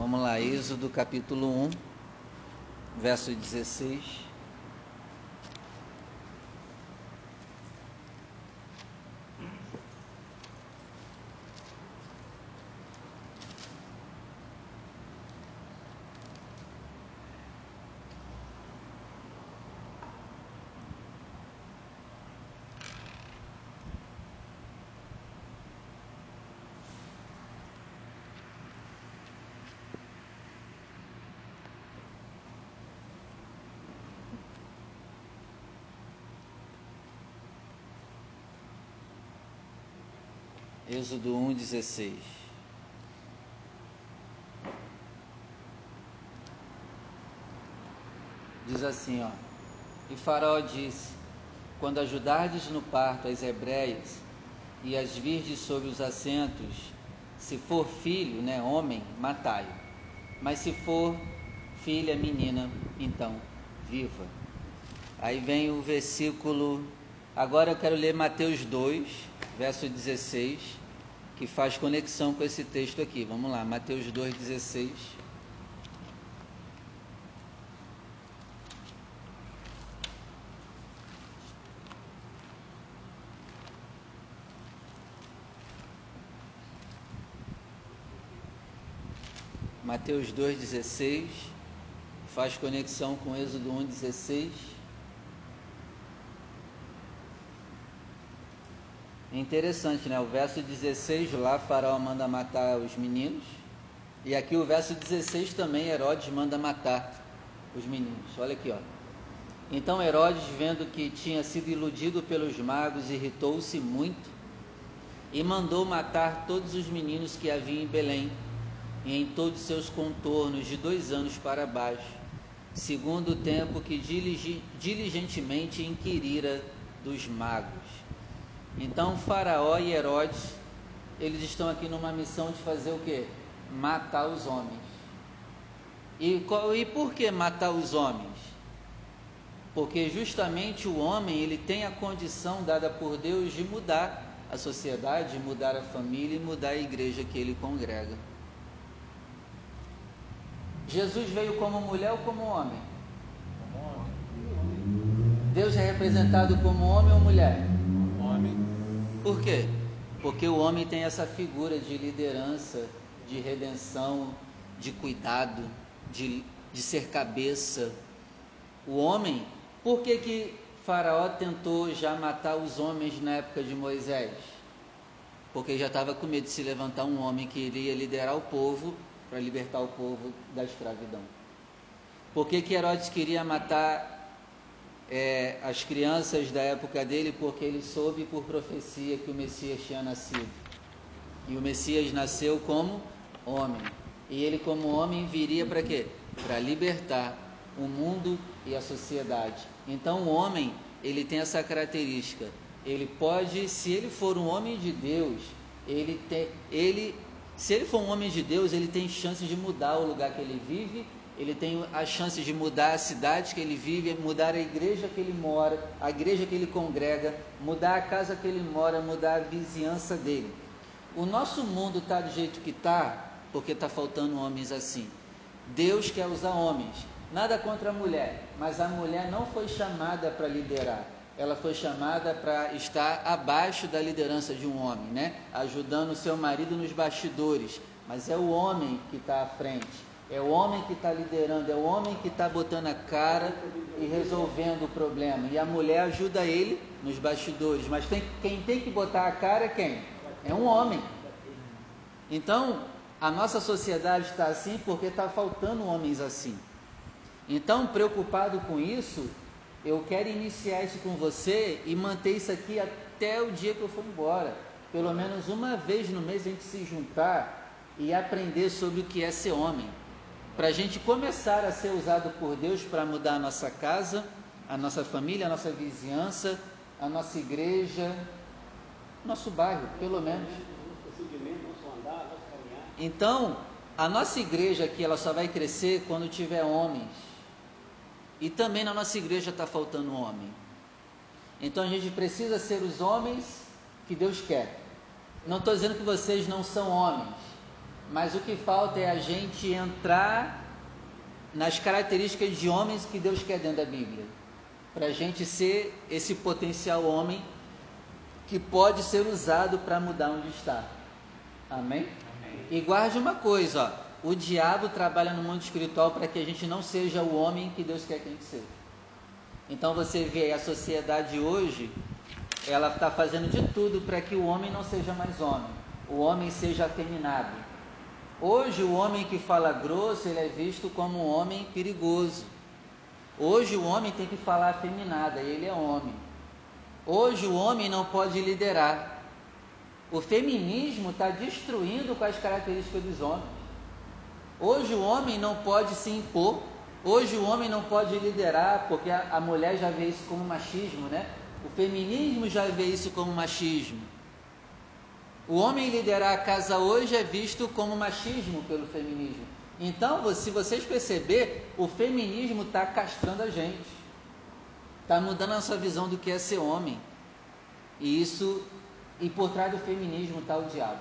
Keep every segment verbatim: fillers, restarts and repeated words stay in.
Vamos lá, Êxodo capítulo um, verso dezesseis. Êxodo um, dezesseis. Diz assim, ó: E Faraó disse: Quando ajudardes no parto as hebreias e as virdes sobre os assentos, se for filho, né, homem, matai-o, mas se for filha, menina, então viva. Aí vem o versículo, agora eu quero ler Mateus dois, verso dezesseis, que faz conexão com esse texto aqui. Vamos lá, Mateus dois, dezesseis. Mateus dois, dezesseis, faz conexão com Êxodo um, dezesseis. É interessante, né? O verso dezesseis lá, Faraó manda matar os meninos. E aqui o verso dezesseis também, Herodes manda matar os meninos. Olha aqui, ó. Então Herodes, vendo que tinha sido iludido pelos magos, irritou-se muito e mandou matar todos os meninos que havia em Belém e em todos os seus contornos, de dois anos para baixo, segundo o tempo que diligentemente inquirira dos magos. Então Faraó e Herodes, eles estão aqui numa missão de fazer o quê? Matar os homens. E, e por que matar os homens? Porque justamente o homem, ele tem a condição dada por Deus de mudar a sociedade, de mudar a família e mudar a igreja que ele congrega. Jesus veio como mulher ou como homem? Deus é representado como homem ou mulher? Homem. Por quê? Porque o homem tem essa figura de liderança, de redenção, de cuidado, de, de ser cabeça. O homem, por que que Faraó tentou já matar os homens na época de Moisés? Porque já estava com medo de se levantar um homem que iria liderar o povo para libertar o povo da escravidão. Por que que Herodes queria matar É, as crianças da época dele? Porque ele soube por profecia que o Messias tinha nascido, e o Messias nasceu como homem, e ele como homem viria para quê? Para libertar o mundo e a sociedade. Então o homem, ele tem essa característica, ele pode, se ele for um homem de Deus, ele tem, ele, se ele for um homem de Deus, ele tem chance de mudar o lugar que ele vive. Ele tem a chance de mudar a cidade que ele vive, mudar a igreja que ele mora, a igreja que ele congrega, mudar a casa que ele mora, mudar a vizinhança dele. O nosso mundo está do jeito que está, porque está faltando homens assim. Deus quer usar homens, nada contra a mulher, mas a mulher não foi chamada para liderar, ela foi chamada para estar abaixo da liderança de um homem, né? Ajudando o seu marido nos bastidores, mas é o homem que está à frente. É o homem que está liderando, é o homem que está botando a cara e resolvendo o problema. E a mulher ajuda ele nos bastidores. Mas tem, quem tem que botar a cara é quem? É um homem. Então, a nossa sociedade está assim porque está faltando homens assim. Então, preocupado com isso, eu quero iniciar isso com você e manter isso aqui até o dia que eu for embora. Pelo menos uma vez no mês a gente se juntar e aprender sobre o que é ser homem, para a gente começar a ser usado por Deus para mudar a nossa casa, a nossa família, a nossa vizinhança, a nossa igreja, nosso bairro, pelo menos. Então, a nossa igreja aqui, ela só vai crescer quando tiver homens. E também na nossa igreja está faltando homem. Então a gente precisa ser os homens que Deus quer. Não estou dizendo que vocês não são homens, mas o que falta é a gente entrar nas características de homens que Deus quer dentro da Bíblia, para a gente ser esse potencial homem que pode ser usado para mudar onde está. Amém? Amém? E guarde uma coisa, ó, o diabo trabalha no mundo espiritual para que a gente não seja o homem que Deus quer que a gente seja. Então você vê a sociedade hoje, ela está fazendo de tudo para que o homem não seja mais homem, o homem seja afeminado. Hoje o homem que fala grosso, ele é visto como um homem perigoso. Hoje o homem tem que falar afeminado, ele é homem. Hoje o homem não pode liderar. O feminismo está destruindo com as características dos homens. Hoje o homem não pode se impor. Hoje o homem não pode liderar, porque a, a mulher já vê isso como machismo, né? O feminismo já vê isso como machismo. O homem liderar a casa hoje é visto como machismo pelo feminismo. Então, se vocês perceberem, o feminismo está castrando a gente. Está mudando a sua visão do que é ser homem. E isso, e por trás do feminismo está o diabo.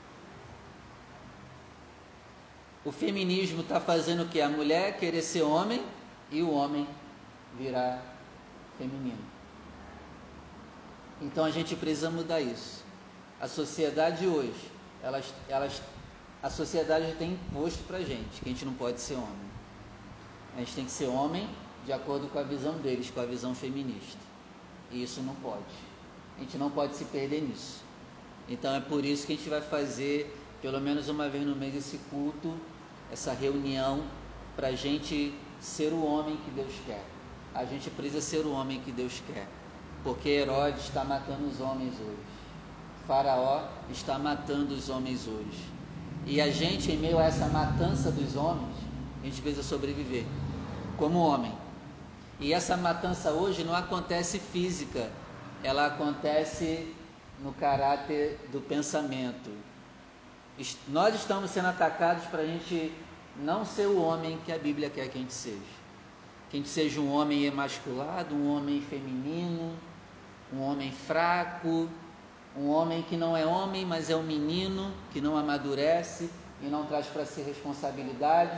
O feminismo está fazendo o quê? A mulher querer ser homem e o homem virar feminino. Então a gente precisa mudar isso. A sociedade hoje, elas, elas, a sociedade tem imposto para a gente que a gente não pode ser homem. A gente tem que ser homem de acordo com a visão deles, com a visão feminista. E isso não pode. A gente não pode se perder nisso. Então é por isso que a gente vai fazer, pelo menos uma vez no mês, esse culto, essa reunião, para a gente ser o homem que Deus quer. A gente precisa ser o homem que Deus quer. Porque Herodes está matando os homens hoje. Faraó está matando os homens hoje. E a gente, em meio a essa matança dos homens, a gente precisa sobreviver como homem. E essa matança hoje não acontece física, ela acontece no caráter do pensamento. Nós estamos sendo atacados para a gente não ser o homem que a Bíblia quer que a gente seja. Que a gente seja um homem emasculado, um homem feminino, um homem fraco, um homem que não é homem, mas é um menino, que não amadurece e não traz para si responsabilidades.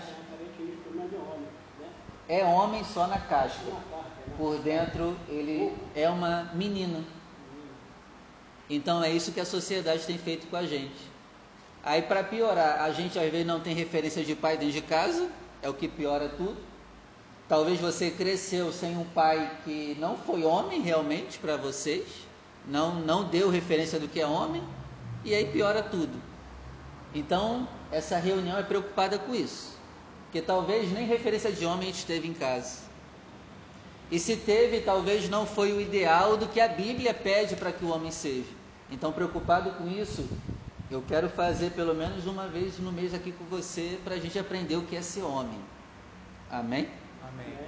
É homem só na casca, por dentro ele é uma menina. Então é isso que a sociedade tem feito com a gente. Aí, para piorar, a gente às vezes não tem referência de pai dentro de casa, é o que piora tudo. Talvez você cresceu sem um pai que não foi homem realmente para vocês, não, não deu referência do que é homem, e aí piora tudo. Então, essa reunião é preocupada com isso, porque talvez nem referência de homem a gente teve em casa. E se teve, talvez não foi o ideal do que a Bíblia pede para que o homem seja. Então, preocupado com isso, eu quero fazer pelo menos uma vez no mês aqui com você, para a gente aprender o que é ser homem. Amém? Amém.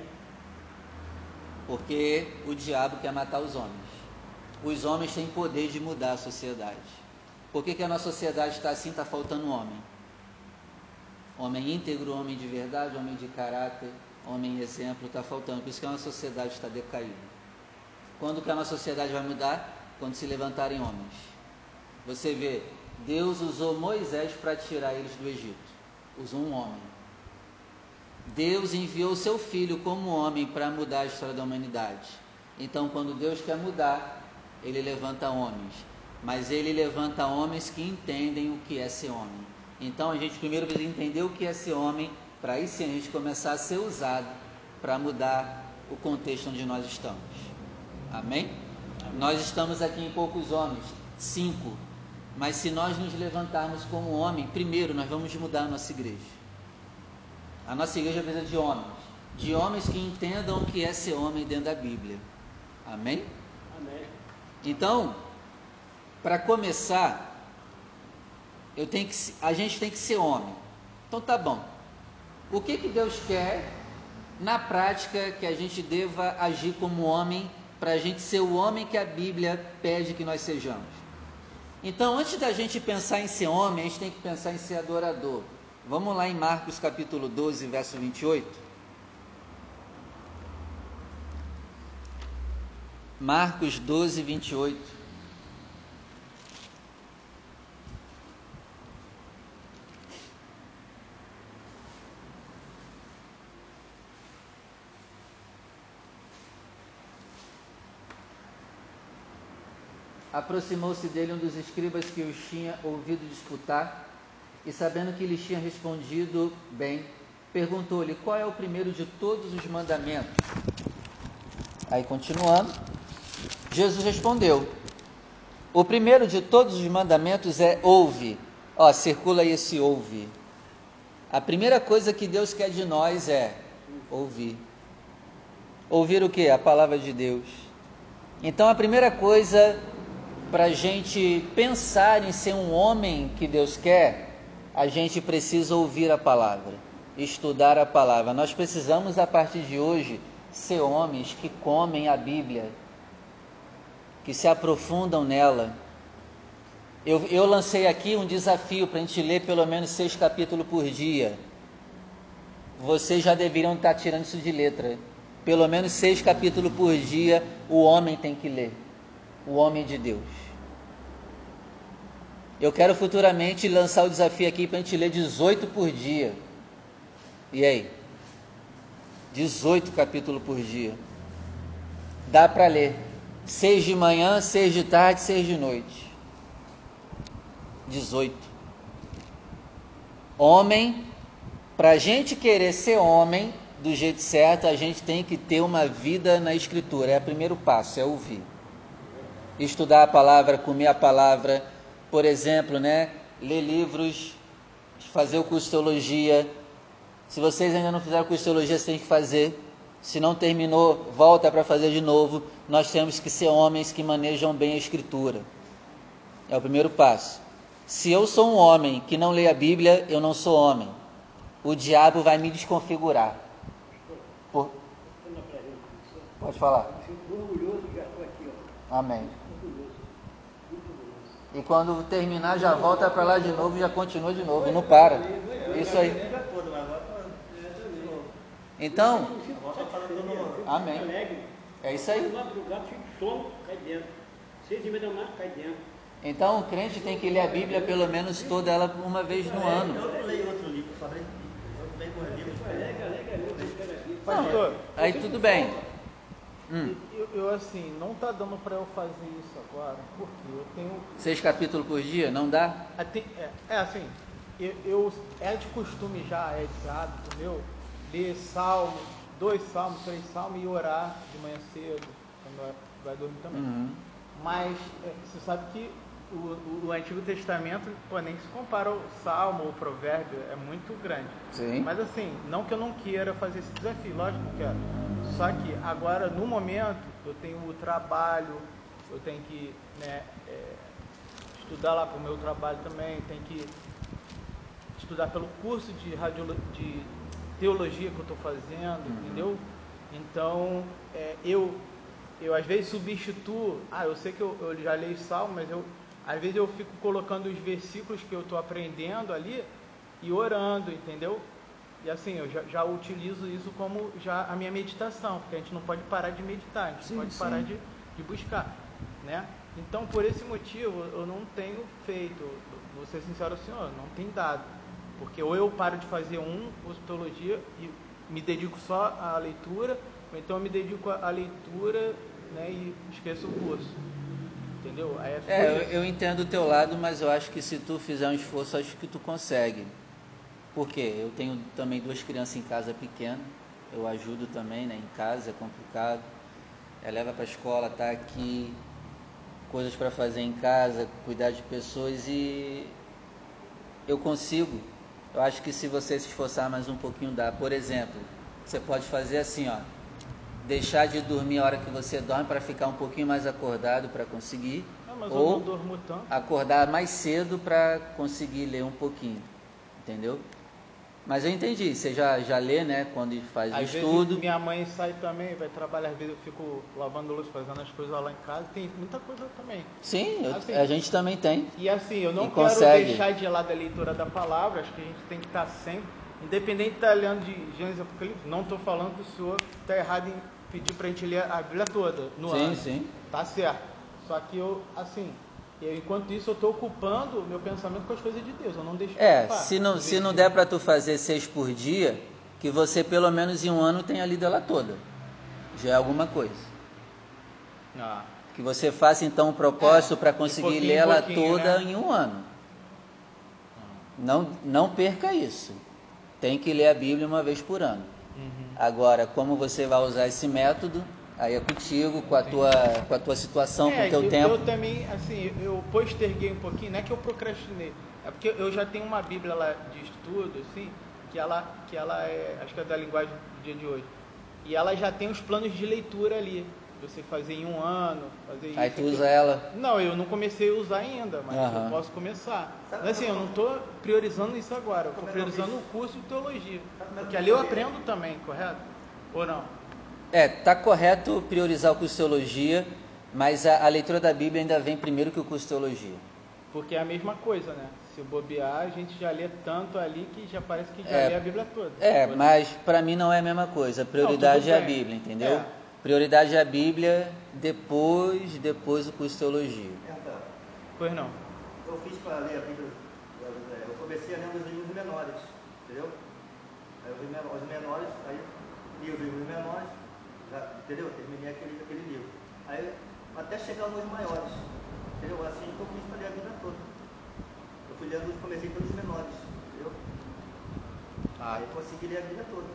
Porque o diabo quer matar os homens. Os homens têm poder de mudar a sociedade. Por que que a nossa sociedade está assim? Está faltando homem. Homem íntegro, homem de verdade, homem de caráter, homem exemplo, está faltando. Por isso que a nossa sociedade está decaída. Quando que a nossa sociedade vai mudar? Quando se levantarem homens. Você vê, Deus usou Moisés para tirar eles do Egito. Usou um homem. Deus enviou seu filho como homem para mudar a história da humanidade. Então, quando Deus quer mudar, ele levanta homens. Mas ele levanta homens que entendem o que é ser homem. Então, a gente primeiro precisa entender o que é ser homem, para aí sim a gente começar a ser usado para mudar o contexto onde nós estamos. Amém? Amém? Nós estamos aqui em poucos homens, cinco. Mas se nós nos levantarmos como homem, primeiro nós vamos mudar a nossa igreja. A nossa igreja precisa de homens, de homens que entendam o que é ser homem dentro da Bíblia. Amém? Amém. Então, para começar, eu tenho que, a gente tem que ser homem. Então tá bom. O que que Deus quer na prática que a gente deva agir como homem, para a gente ser o homem que a Bíblia pede que nós sejamos? Então, antes da gente pensar em ser homem, a gente tem que pensar em ser adorador. Vamos lá em Marcos capítulo doze, verso vinte e oito. Marcos doze, vinte e oito. Aproximou-se dele um dos escribas que os tinha ouvido disputar, e sabendo que lhes tinha respondido bem, perguntou-lhe: qual é o primeiro de todos os mandamentos? Aí continuando, Jesus respondeu: o primeiro de todos os mandamentos é ouve. Ó, circula aí esse ouve. A primeira coisa que Deus quer de nós é ouvir. Ouvir o quê? A palavra de Deus. Então a primeira coisa para a gente pensar em ser um homem que Deus quer, a gente precisa ouvir a palavra, estudar a palavra. Nós precisamos, a partir de hoje, ser homens que comem a Bíblia, que se aprofundam nela. Eu, eu lancei aqui um desafio para a gente ler pelo menos seis capítulos por dia. Vocês já deveriam estar tirando isso de letra. Pelo menos seis capítulos por dia o homem tem que ler. O homem de Deus. Eu quero futuramente lançar o desafio aqui para a gente ler dezoito por dia. E aí? dezoito capítulos por dia. Dá para ler. Seis de manhã, seis de tarde, seis de noite. dezoito. Homem, para a gente querer ser homem do jeito certo, a gente tem que ter uma vida na Escritura. É o primeiro passo, é ouvir. Estudar a palavra, comer a palavra, por exemplo, né? Ler livros, fazer o curso de teologia. Se vocês ainda não fizeram o curso de teologia, vocês têm que fazer. Se não terminou, volta para fazer de novo. Nós temos que ser homens que manejam bem a Escritura. É o primeiro passo. Se eu sou um homem que não lê a Bíblia, eu não sou homem. O diabo vai me desconfigurar. Por... Pode falar. Amém. E quando terminar, já volta para lá de novo e já continua de novo. Não para. Isso aí. Então, amém. É isso aí. Então o crente tem que ler a Bíblia pelo menos toda ela uma vez no ano. Eu leio outro livro, só leio Não, aí tudo bem. Hum. Eu, eu assim, não tá dando para eu fazer isso agora, porque eu tenho... Seis capítulos por dia, não dá? É, é assim, eu, eu, é de costume já, é de hábito meu, ler salmo, dois salmos, três salmos e orar de manhã cedo, quando vai dormir também. Uhum. Mas é, você sabe que o, o, o Antigo Testamento, pô, nem se compara ao Salmo ou Provérbio, é muito grande. Sim. Mas assim, não que eu não queira fazer esse desafio, lógico que eu quero. Só que agora, no momento, eu tenho o trabalho, eu tenho que né, é, estudar lá para o meu trabalho também, tenho que estudar pelo curso de, radiolo, de teologia que eu estou fazendo, uhum. Entendeu? Então, é, eu... Eu às vezes substituo, ah, eu sei que eu, eu já leio salmo, mas eu, às vezes eu fico colocando os versículos que eu estou aprendendo ali e orando, entendeu? E assim, eu já, já utilizo isso como já a minha meditação, porque a gente não pode parar de meditar, a gente sim, não pode sim. parar de, de buscar, né? Então, por esse motivo, eu não tenho feito, vou ser sincero ao senhor, não tem dado, porque ou eu paro de fazer um curso de teologia e me dedico só à leitura, ou então eu me dedico à leitura, né, e esqueço o curso, entendeu? Aí é, é eu, eu entendo o teu lado, mas eu acho que se tu fizer um esforço, acho que tu consegue. Por quê? Eu tenho também duas crianças em casa pequenas, eu ajudo também, né, em casa, é complicado. Ela leva para a escola, tá aqui, coisas para fazer em casa, cuidar de pessoas e eu consigo. Eu acho que se você se esforçar mais um pouquinho dá. Por exemplo, você pode fazer assim, ó, deixar de dormir a hora que você dorme para ficar um pouquinho mais acordado para conseguir, ah, mas ou eu não durmo tanto. acordar mais cedo para conseguir ler um pouquinho, entendeu? Mas eu entendi, você já, já lê, né, quando faz Às o estudo. Vezes minha mãe sai também, vai trabalhar, às vezes eu fico lavando louça, fazendo as coisas lá em casa, tem muita coisa também. Sim, eu, assim, a gente também tem. E assim, eu não e quero consegue. deixar de lado a leitura da palavra, acho que a gente tem que estar sempre, independente de estar lendo de Gênesis e Apocalipse, não estou falando que o senhor está errado em pedir para a gente ler a Bíblia toda no sim, ano. Sim, sim. Tá certo. Só que eu, assim, eu, enquanto isso eu estou ocupando o meu pensamento com as coisas de Deus, eu não deixo de É, ocupar, se não, se não de... der para tu fazer seis por dia, que você pelo menos em um ano tenha lido ela toda. Já é alguma coisa. Ah. Que você faça então um propósito É, para de conseguir pouquinho ler em ela pouquinho, toda né? em um ano. Não, não perca isso. Tem que ler a Bíblia uma vez por ano. Uhum. Agora, como você vai usar esse método, aí é contigo, com a tua, com a tua situação, com É, o teu eu, tempo. eu também, assim, eu posterguei um pouquinho, não é que eu procrastinei, é porque eu já tenho uma Bíblia lá de estudo, assim, que ela, que ela é, acho que é da linguagem do dia de hoje, e ela já tem os planos de leitura ali, você fazer em um ano, fazer isso. Aí tu aquilo. usa ela. Não, eu não comecei a usar ainda, mas Aham. eu posso começar. Mas assim, eu não estou priorizando isso agora, eu estou priorizando o curso de teologia, porque ali eu aprendo também, correto? Ou não? É, tá correto priorizar o curso de teologia, mas a, a leitura da Bíblia ainda vem primeiro que o curso de teologia. Porque é a mesma coisa, né? Se bobear, a gente já lê tanto ali que já parece que já É, lê a Bíblia toda. É, Ou mas para mim não é a mesma coisa. A prioridade tudo é a bem. Bíblia, entendeu? É. Prioridade é a Bíblia, depois, depois o curso de teologia. Então, Pois não. eu fiz para ler a Bíblia, eu comecei a ler os livros menores, entendeu? Aí os menores, os menores aí li os livros menores, entendeu? Terminei aquele, aquele livro. Aí até chegar nos maiores, entendeu? Assim que eu fiz para ler a Bíblia toda. Eu fui lendo, comecei pelos menores, entendeu? Ah. Aí consegui ler a Bíblia toda.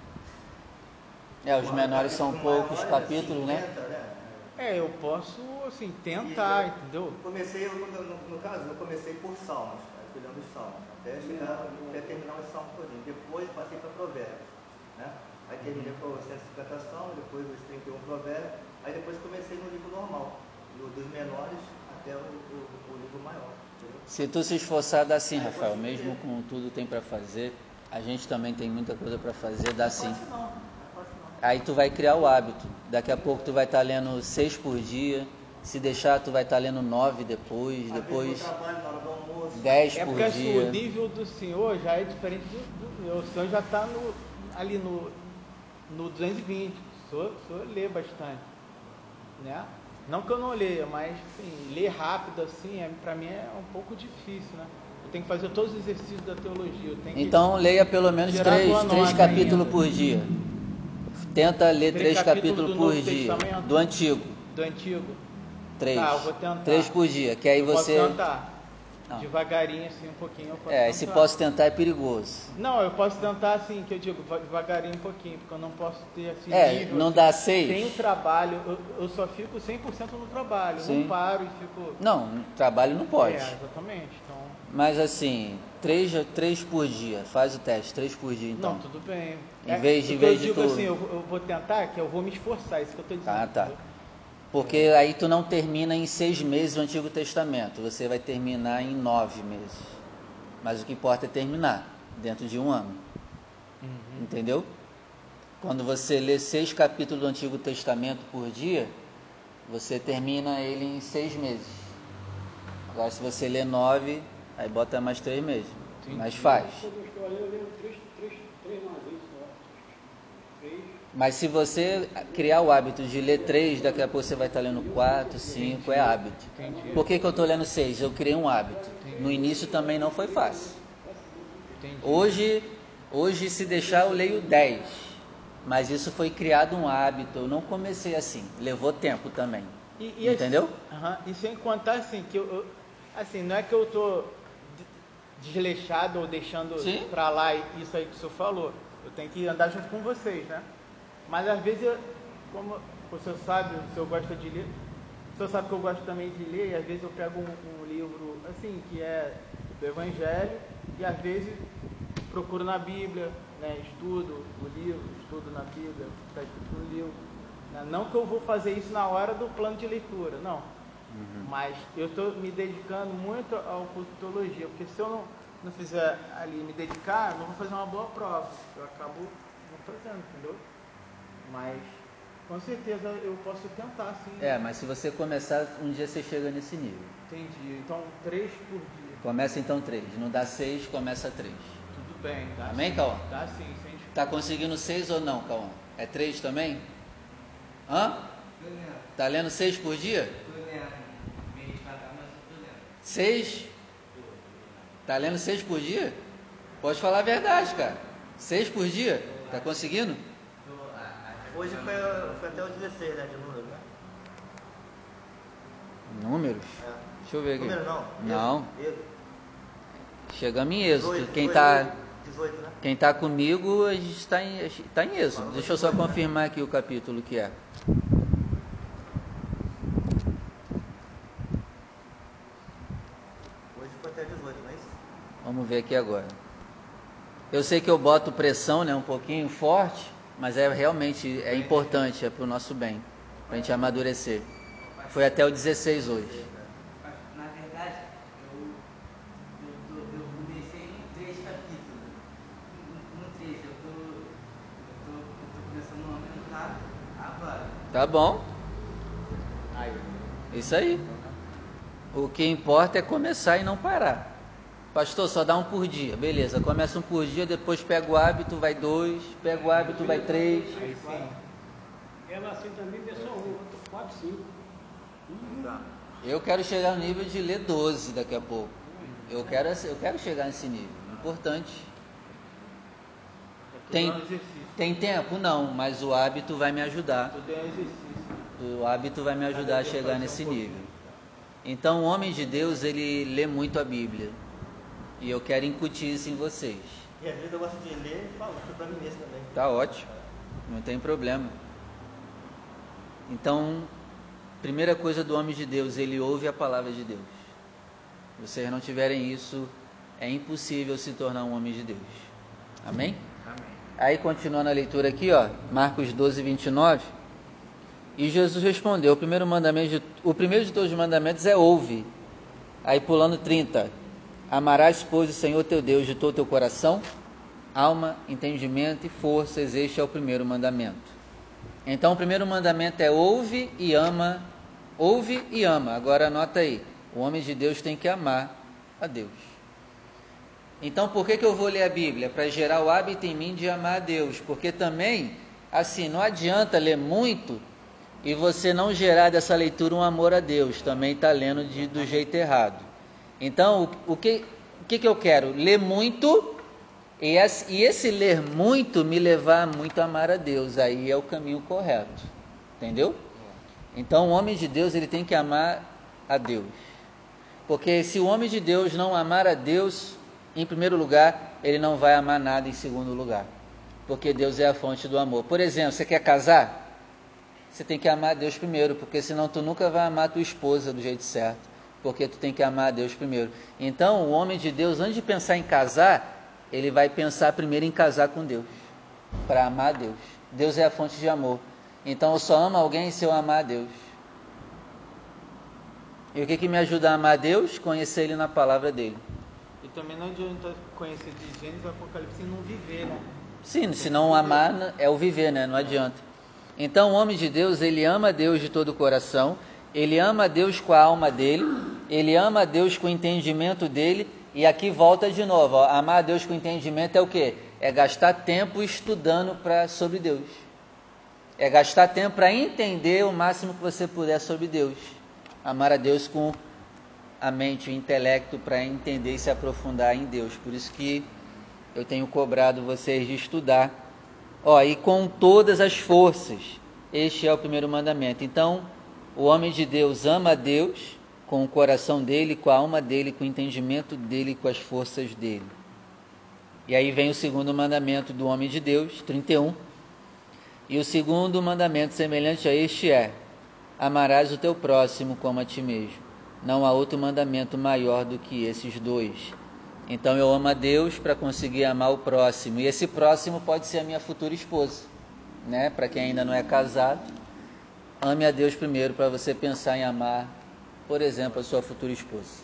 É, os menores são poucos capítulos, né? É, eu posso, assim, tentar, eu, entendeu? Eu comecei, no, no, no caso, eu comecei por Salmos, aí fui lendo os Salmos, até chegar, até terminar os Salmos todinho. Depois passei para Provérbios, né? Aí terminei com os cento e cinquenta Salmos, depois os trinta e um Provérbios, aí depois comecei no livro normal, do, dos menores até o, o, o livro maior, entendeu? Se tu se esforçar, dá sim, Rafael. Mesmo com tudo tem para fazer, a gente também tem muita coisa para fazer, dá sim. Não é fácil não, não é fácil não. Aí tu vai criar o hábito. Daqui a pouco tu vai estar lendo seis por dia. Se deixar, tu vai estar lendo nove depois, depois Trabalho, na hora do almoço. dez É por porque assim, dia. o nível do senhor já é diferente do, do meu. O senhor já está no, ali no, no duzentos e vinte. O senhor, o senhor lê bastante, né? Não que eu não leia, mas assim, ler rápido assim, é, para mim é um pouco difícil, né? Eu tenho que fazer todos os exercícios da teologia. Eu tenho Então leia pelo menos tirar três, tua três nota capítulos ainda. por dia. Tenta ler Três três capítulos capítulos do por Novo dia. Testamento? Do Antigo. Do antigo. Três. Tá, eu vou tentar. Três por dia. Que aí eu você. posso tentar. Não. Devagarinho assim, um pouquinho eu posso É, tentar. esse posso tentar é perigoso. Não, eu posso tentar assim, que eu digo, devagarinho um pouquinho, porque eu não posso ter assim É, nível, não assim, dá seis? Tem o trabalho, eu, eu só fico cem por cento no trabalho, Sim. não paro e fico... Não, no trabalho não pode. É, exatamente, então... Mas assim, três, três por dia. Faz o teste, três por dia então. Não, tudo bem. Em É, vez de, o em que eu vez de digo tu... assim, eu, eu vou tentar, que eu vou me esforçar, isso que eu estou dizendo. Ah, tá. Entendeu? Porque É. aí tu não termina em seis meses o Antigo Testamento. Você vai terminar em nove meses. Mas o que importa é terminar, dentro de um ano. Uhum. Entendeu? Quando você lê seis capítulos do Antigo Testamento por dia, você termina ele em seis meses. Agora, se você lê nove, aí bota mais três meses. Entendi. Mas faz. Mas se você criar o hábito de ler três, daqui a pouco você vai estar lendo quatro, cinco, é hábito. Entendi. Por que, que eu estou lendo seis? Eu criei um hábito. Entendi. No início também não foi fácil. Entendi. Hoje, hoje se deixar, eu leio dez. Mas isso foi criado um hábito. Eu não comecei assim. Levou tempo também. E, e Entendeu? Assim, uh-huh, e sem contar assim, que eu, eu, assim, não é que eu tô desleixado ou deixando Sim. pra lá isso aí que o senhor falou. Eu tenho que andar junto com vocês, né? Mas às vezes, eu, como o senhor sabe, o senhor gosta de ler, o senhor sabe que eu gosto também de ler, e às vezes eu pego um, um livro, assim, que é do Evangelho, e às vezes procuro na Bíblia, né? Estudo o livro, estudo na Bíblia, está escrito no livro. Não que eu vou fazer isso na hora do plano de leitura, não. Uhum. Mas eu estou me dedicando muito ao curso de teologia, porque se eu não, não fizer ali me dedicar, eu não vou fazer uma boa prova. Eu acabo não fazendo, entendeu? Mas com certeza eu posso tentar, sim. É, mas se você começar, um dia você chega nesse nível. Entendi. Então, três por dia. Começa então três. Não dá seis, começa três. Tudo bem, dá Amém, sim. Cauã? Dá sim, sem Tá conseguindo seis ou não, Cauã? É três também? Hã? Tá lendo seis por dia? Seis? Tá lendo seis por dia? Pode falar a verdade, cara. Seis por dia? Tá conseguindo? Hoje foi, foi até o dezesseis, né, de número, né? Números? É. Deixa eu ver aqui. Número não? Não. Êxodo. Chegamos em Êxodo. dezoito, Quem dezoito, está dezoito, né? quem tá comigo, a gente está em, tá em Êxodo. Deixa eu só confirmar aqui o capítulo que é. Hoje ficou até dezoito, não é isso? Vamos ver aqui agora. Eu sei que eu boto pressão, né, um pouquinho forte, mas é realmente é importante, é para o nosso bem, para a gente amadurecer. Foi até o dezesseis hoje. Na verdade, eu, eu, tô, eu comecei em três capítulos. No, no três, eu tô, eu, tô, eu tô começando a aumentar agora. Tá bom. Aí. Isso aí. O que importa é começar e não parar. Pastor, só dá um por dia. Beleza, começa um por dia, depois pega o hábito, vai dois, pega o hábito, vai três. Aí sim. Ela assim também vê só um, outro quatro, cinco. Tá. Eu quero chegar no nível de ler doze daqui a pouco. Eu quero, eu quero chegar nesse nível. Importante. É tudo Tem, um exercício. tem tempo? Não, mas o hábito vai me ajudar. Tudo é um exercício. O hábito vai me ajudar a chegar nesse nível. Então, o homem de Deus, ele lê muito a Bíblia. E eu quero incutir isso em vocês. E às vezes eu gosto de ler e falar para mim mesmo também. Tá ótimo. Não tem problema. Então, primeira coisa do homem de Deus, ele ouve a palavra de Deus. Se vocês não tiverem isso, é impossível se tornar um homem de Deus. Amém? Amém. Aí, continuando a leitura aqui, ó, Marcos doze, vinte e nove. E Jesus respondeu, o primeiro mandamento, de, o primeiro de todos os mandamentos é ouve. Aí, pulando trinta. Amarás, pois, o Senhor teu Deus de todo o teu coração, alma, entendimento e forças. Este é o primeiro mandamento. Então, o primeiro mandamento é ouve e ama. Ouve e ama. Agora, anota aí. O homem de Deus tem que amar a Deus. Então, por que, que eu vou ler a Bíblia? Para gerar o hábito em mim de amar a Deus. Porque também, assim, não adianta ler muito e você não gerar dessa leitura um amor a Deus. Também está lendo de, do jeito errado. Então, o, o, que, o que, que eu quero? Ler muito, e esse, e esse ler muito me levar muito a amar a Deus. Aí é o caminho correto. Entendeu? Então, o homem de Deus, ele tem que amar a Deus. Porque se o homem de Deus não amar a Deus, em primeiro lugar, ele não vai amar nada em segundo lugar. Porque Deus é a fonte do amor. Por exemplo, você quer casar? Você tem que amar a Deus primeiro, porque senão tu nunca vai amar a tua esposa do jeito certo. Porque tu tem que amar a Deus primeiro. Então, o homem de Deus, antes de pensar em casar, ele vai pensar primeiro em casar com Deus, para amar a Deus. Deus é a fonte de amor. Então, eu só amo alguém se eu amar a Deus. E o que, que me ajuda a amar a Deus? Conhecer Ele na palavra dele. E também não adianta conhecer de Gênesis e Apocalipse e não viver, né? Sim, se não amar, é o viver, né? Não adianta. Então, o homem de Deus, ele ama a Deus de todo o coração, ele ama a Deus com a alma dele, ele ama a Deus com o entendimento dele, e aqui volta de novo, ó, amar a Deus com entendimento é o quê? É gastar tempo estudando pra, sobre Deus. É gastar tempo para entender o máximo que você puder sobre Deus. Amar a Deus com a mente, o intelecto, para entender e se aprofundar em Deus. Por isso que eu tenho cobrado vocês de estudar. Ó, e com todas as forças. Este é o primeiro mandamento. Então, o homem de Deus ama a Deus com o coração dele, com a alma dele, com o entendimento dele, com as forças dele. E aí vem o segundo mandamento do homem de Deus, trinta e um. E o segundo mandamento semelhante a este é: amarás o teu próximo como a ti mesmo. Não há outro mandamento maior do que esses dois. Então eu amo a Deus para conseguir amar o próximo. E esse próximo pode ser a minha futura esposa, né? Para quem ainda não é casado, ame a Deus primeiro para você pensar em amar, por exemplo, a sua futura esposa.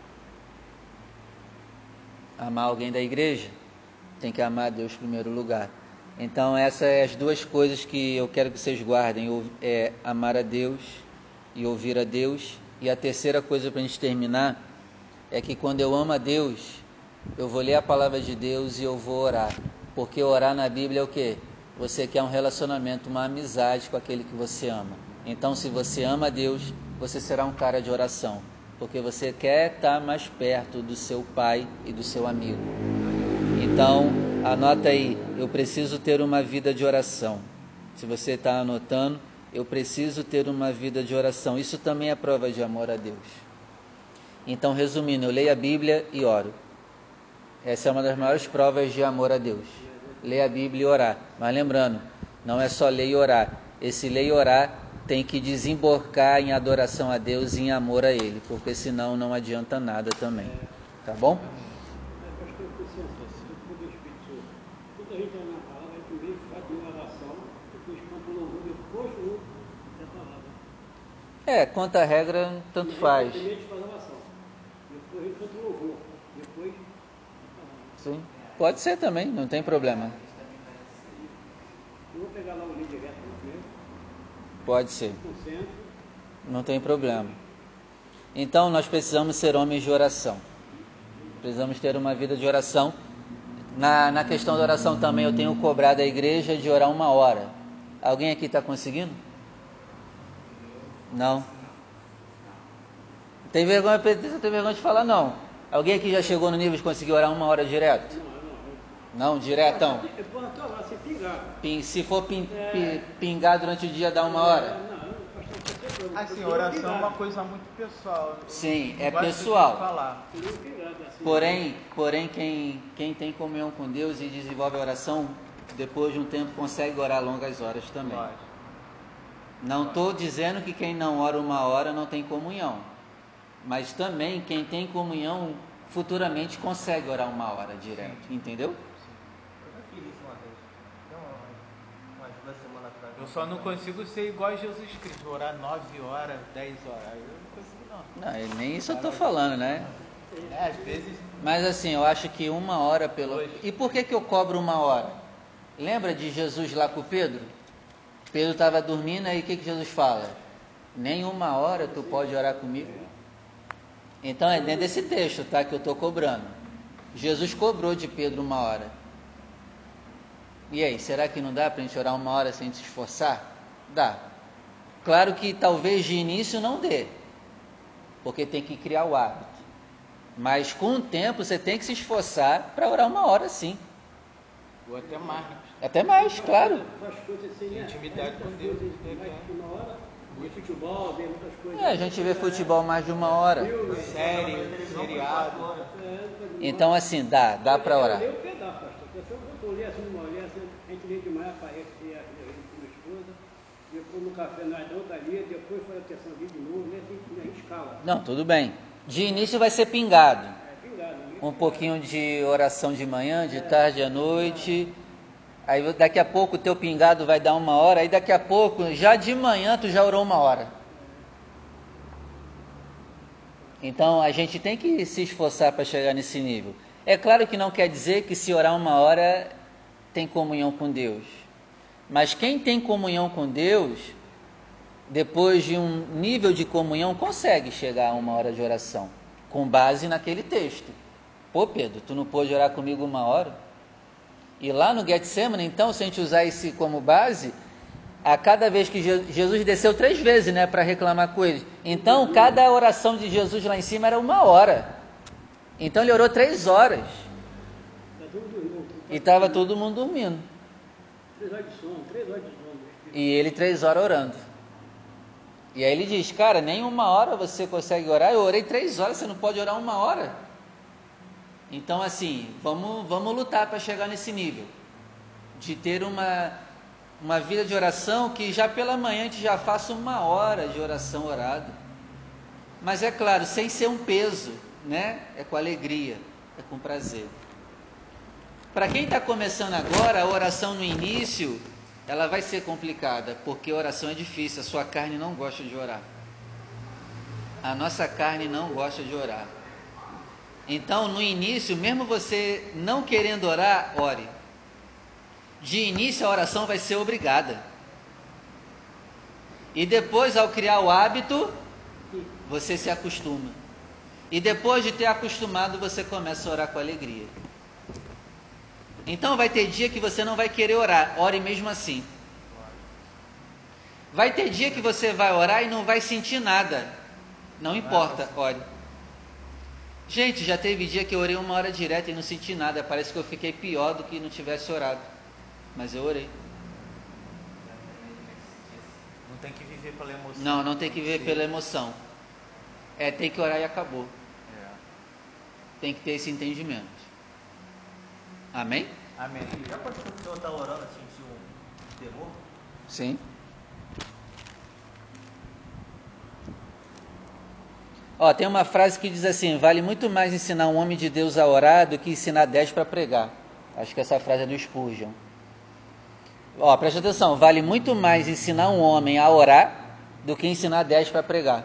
Amar alguém da igreja, tem que amar a Deus em primeiro lugar. Então essas são as duas coisas que eu quero que vocês guardem, é amar a Deus e ouvir a Deus. E a terceira coisa para a gente terminar, é que quando eu amo a Deus, eu vou ler a palavra de Deus e eu vou orar. Porque orar na Bíblia é o quê? Você quer um relacionamento, uma amizade com aquele que você ama. Então se você ama a Deus, você será um cara de oração. Porque você quer estar mais perto do seu pai e do seu amigo. Então, anota aí, eu preciso ter uma vida de oração. Se você está anotando, eu preciso ter uma vida de oração. Isso também é prova de amor a Deus. Então, resumindo, eu leio a Bíblia e oro. Essa é uma das maiores provas de amor a Deus. Ler a Bíblia e orar. Mas lembrando, não é só ler e orar. Esse ler e orar tem que desembocar em adoração a Deus e em amor a Ele, porque senão não adianta nada também. Tá bom? Pastor, licença, depois do Espírito Santo. Quando a gente está na palavra, a gente primeiro faz uma oração, depois canta o louvor, depois do da palavra. É, quanto à regra, tanto faz. Primeiro a gente faz a oração, depois a gente canta o louvor, depois Sim, pode ser também, não tem problema. eu vou pegar lá o livro direto no primeiro, Pode ser, concentro. não tem problema. Então, nós precisamos ser homens de oração. Precisamos ter uma vida de oração. Na, na questão da oração também, eu tenho cobrado a igreja de orar uma hora. Alguém aqui está conseguindo? Não? Tem vergonha, tem vergonha de falar não. Alguém aqui já chegou no nível de conseguir orar uma hora direto? Não, diretão? É bom até lá, se pingar. Pin- Se for pin- pi- pingar durante o dia, dá uma hora? Não, pastor, você Assim, oração é uma coisa muito pessoal. Sim, Não é gosto de pessoal. falar. Porém, porém quem, quem tem comunhão com Deus e desenvolve a oração, depois de um tempo consegue orar longas horas também. Lógico. Não estou dizendo que quem não ora uma hora não tem comunhão. Mas também quem tem comunhão futuramente consegue orar uma hora direto. Entendeu? Eu já fiz isso uma vez. Tem uma- umas duas semanas atrás. Eu só não consigo ser igual a Jesus Cristo, orar nove horas, dez horas. Aí eu não consigo não. Não, nem isso eu estou falando, né? É, às vezes. Mas assim, eu acho que uma hora pelo... Dois. E por que que eu cobro uma hora? Lembra de Jesus lá com Pedro? Pedro estava dormindo, aí o que que Jesus fala? Nem uma hora tu pode orar comigo? Então é dentro desse texto, tá? Que eu estou cobrando. Jesus cobrou de Pedro uma hora. E aí, será que não dá para a gente orar uma hora sem se esforçar? Dá. Claro que talvez de início não dê, porque tem que criar o hábito. Mas com o tempo você tem que se esforçar para orar uma hora sim. Ou até mais. Até mais, claro. Faz coisas assim, né? Intimidade Faz com muitas Deus, coisas, né, mais que de uma hora, de futebol, vê muitas coisas. É, a gente vê futebol mais de uma hora. Série, seriado. Então assim, dá, dá para orar. Eu leio um pedaço, pastor. Se eu vou ler assim, uma olhada, assim, a gente lê de manhã, aparece e a minha esposa, depois no café nós dá outra lia, depois faz a terceira vez de novo, né? Assim, a gente escala. Não, tudo bem. De início vai ser pingado. É pingado, né? Um pouquinho de oração de manhã, de tarde à noite. Aí daqui a pouco o teu pingado vai dar uma hora. Aí daqui a pouco, já de manhã, tu já orou uma hora. Então a gente tem que se esforçar para chegar nesse nível. É claro que não quer dizer que se orar uma hora tem comunhão com Deus. Mas quem tem comunhão com Deus, depois de um nível de comunhão, consegue chegar a uma hora de oração, com base naquele texto. Pô, Pedro, tu não pôde orar comigo uma hora? E lá no Getsemane, então, se a gente usar isso como base, a cada vez que Jesus desceu três vezes, né, para reclamar com eles. Então, cada oração de Jesus lá em cima era uma hora. Então, ele orou três horas. E estava todo mundo dormindo. Três horas de sono, três horas de sono. E ele três horas orando. E aí ele diz, cara, nem uma hora você consegue orar. Eu orei três horas, você não pode orar uma hora? Então, assim, vamos, vamos lutar para chegar nesse nível. De ter uma, uma vida de oração que já pela manhã a gente já faça uma hora de oração orada. Mas é claro, sem ser um peso, né? É com alegria, é com prazer. Para quem está começando agora, a oração no início, ela vai ser complicada, porque a oração é difícil, a sua carne não gosta de orar. A nossa carne não gosta de orar. Então, no início, mesmo você não querendo orar, ore. De início, a oração vai ser obrigada. E depois, ao criar o hábito, você se acostuma. E depois de ter acostumado, você começa a orar com alegria. Então vai ter dia que você não vai querer orar, ore mesmo assim. Vai ter dia que você vai orar e não vai sentir nada, não importa, ore. Gente, já teve dia que eu orei uma hora direta e não senti nada, parece que eu fiquei pior do que não tivesse orado, mas eu orei. Não tem que viver pela emoção. Não, não tem que viver pela emoção. É, tem que orar e acabou. É. Tem que ter esse entendimento. Amém? Amém. Já aconteceu que o senhor está orando e sentiu um temor? Sim. Ó, tem uma frase que diz assim: vale muito mais ensinar um homem de Deus a orar do que ensinar dez para pregar. Acho que essa frase é do Spurgeon. Ó, presta atenção, vale muito mais ensinar um homem a orar do que ensinar dez para pregar.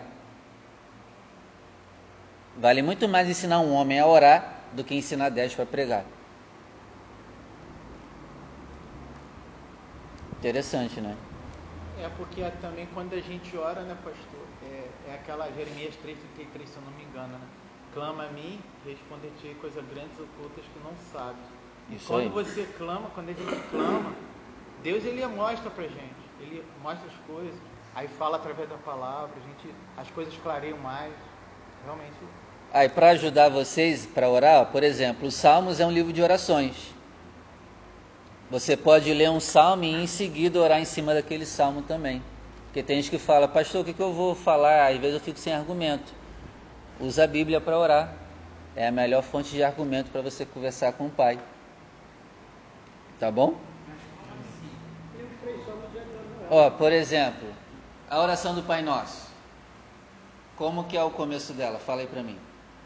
Vale muito mais ensinar um homem a orar do que ensinar dez para pregar. Interessante, né? É porque é também quando a gente ora, né, pastor? É, é aquela Jeremias três, trinta e três, se eu não me engano, né? Clama a mim, responder-te coisas grandes ocultas que não sabes. Isso Quando aí. você clama, quando a gente clama, Deus ele mostra pra gente, ele mostra as coisas, aí fala através da palavra, a gente, as coisas clareiam mais, realmente. Aí, para ajudar vocês para orar, ó, por exemplo, os Salmos é um livro de orações. Você pode ler um salmo e em seguida orar em cima daquele salmo também. Porque tem gente que fala, pastor, o que, que eu vou falar? Às vezes eu fico sem argumento. Usa a Bíblia para orar. É a melhor fonte de argumento para você conversar com o Pai. Tá bom? Ó, por exemplo, a oração do Pai Nosso. Como que é o começo dela? Fala aí para mim.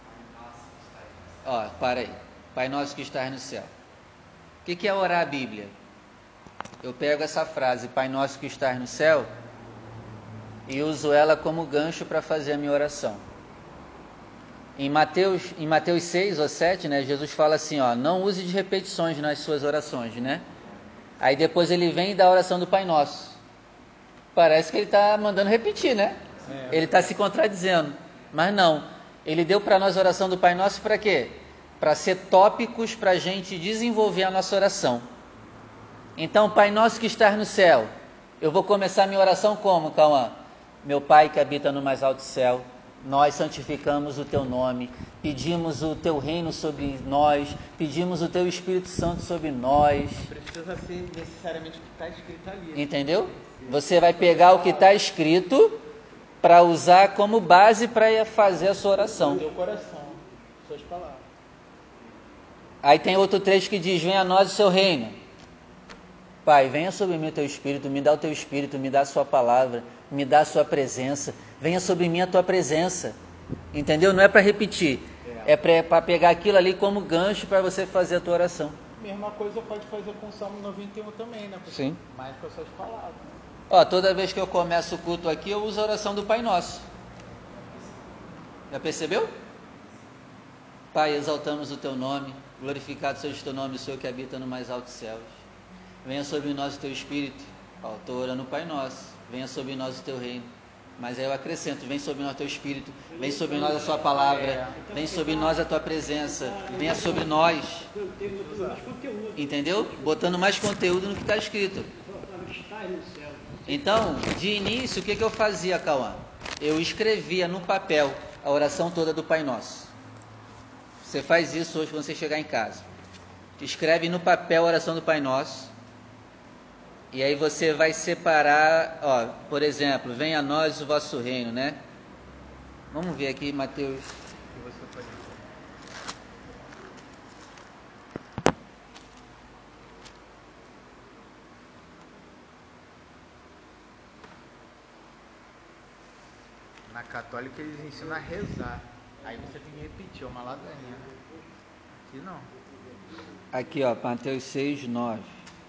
Ó, para aí. Pai Nosso que estás no céu. O que, que é orar a Bíblia? Eu pego essa frase, Pai Nosso que estás no céu, e uso ela como gancho para fazer a minha oração. Em Mateus, em Mateus seis ou sete, né, Jesus fala assim, ó, não use de repetições nas suas orações, né? Aí depois ele vem e dá a oração do Pai Nosso. Parece que ele está mandando repetir, né? É. Ele está se contradizendo. Mas não. Ele deu para nós a oração do Pai Nosso para quê? Para ser tópicos para a gente desenvolver a nossa oração. Então, Pai Nosso que estás no céu. Eu vou começar a minha oração como, Cauã? Meu Pai que habita no mais alto céu, nós santificamos o Teu nome, pedimos o Teu reino sobre nós, pedimos o Teu Espírito Santo sobre nós. Não precisa ser necessariamente o que está escrito ali. Entendeu? Você vai pegar o que está escrito para usar como base para fazer a sua oração. O teu coração, suas palavras. Aí tem outro trecho que diz, venha a nós o Seu reino. Pai, venha sobre mim o Teu Espírito, me dá o Teu Espírito, me dá a Sua palavra, me dá a Sua presença. Venha sobre mim a Tua presença. Entendeu? Não é para repetir. É, é para pegar aquilo ali como gancho para você fazer a tua oração. Mesma coisa pode fazer com o Salmo noventa e um também, né? Sim. Mais com as suas palavras. Ó, toda vez que eu começo o culto aqui, eu uso a oração do Pai Nosso. Já percebeu? Pai, exaltamos o Teu nome, glorificado seja o Teu nome, o Senhor que habita no mais alto céus. Venha sobre nós o Teu Espírito. Ó, estou orando o Pai Nosso. Venha sobre nós o Teu reino. Mas aí eu acrescento, vem sobre nós o Teu Espírito, vem sobre nós a Sua palavra, vem sobre nós a Tua presença, venha sobre nós. Entendeu? Botando mais conteúdo no que está escrito. Então, de início, o que, que eu fazia, Cauã? Eu escrevia no papel a oração toda do Pai Nosso. Você faz isso hoje quando você chegar em casa. Escreve no papel a oração do Pai Nosso. E aí você vai separar, ó, por exemplo, venha a nós o vosso reino, né? Vamos ver aqui, Mateus. Que você pode ver. Na católica eles ensinam a rezar. Aí você tem que repetir, é uma ladainha, né? Aqui não. Aqui, ó, Mateus seis, nove.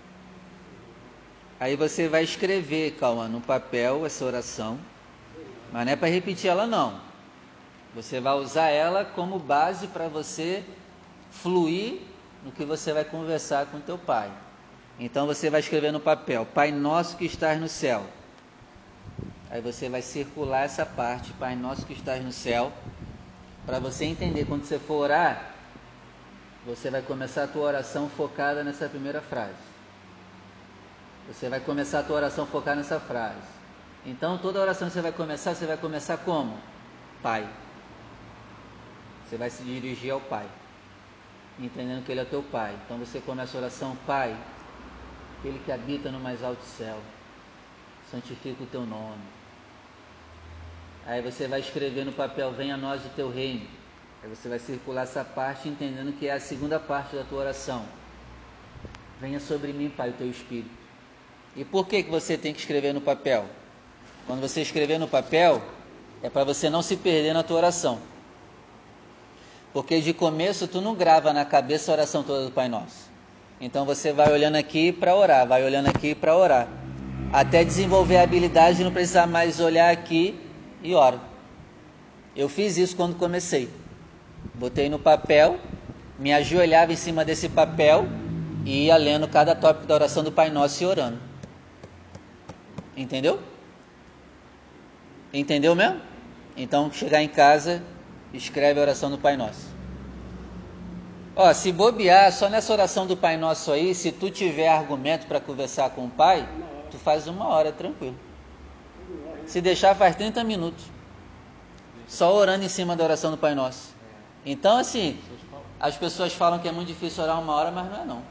Aí você vai escrever, Cauã, no papel essa oração, mas não é para repetir ela não. Você vai usar ela como base para você fluir no que você vai conversar com teu pai. Então você vai escrever no papel, Pai Nosso que estás no céu. Aí você vai circular essa parte, Pai Nosso que estás no céu, para você entender, quando você for orar, você vai começar a tua oração focada nessa primeira frase. Você vai começar a tua oração focada nessa frase. Então, toda oração que você vai começar, você vai começar como? Pai. Você vai se dirigir ao Pai, entendendo que Ele é teu Pai. Então, você começa a oração, Pai, aquele que habita no mais alto céu. santifica o teu nome. Aí você vai escrever no papel, venha a nós o teu reino. Aí você vai circular essa parte entendendo que é a segunda parte da tua oração. Venha sobre mim, Pai, o teu Espírito. E por que que você tem que escrever no papel? Quando você escrever no papel, é para você não se perder na tua oração. Porque de começo tu não grava na cabeça a oração toda do Pai Nosso. Então você vai olhando aqui para orar, vai olhando aqui para orar. Até desenvolver a habilidade de não precisar mais olhar aqui e oro. Eu fiz isso quando comecei. Botei no papel, me ajoelhava em cima desse papel e ia lendo cada tópico da oração do Pai Nosso e orando. Entendeu? Entendeu mesmo? Então, chegar em casa, escreve a oração do Pai Nosso. Ó, se bobear, só nessa oração do Pai Nosso aí, se tu tiver argumento para conversar com o Pai, tu faz uma hora, tranquilo. Se deixar, faz trinta minutos. Só orando em cima da oração do Pai Nosso. Então, assim, as pessoas falam que é muito difícil orar uma hora, mas não é não.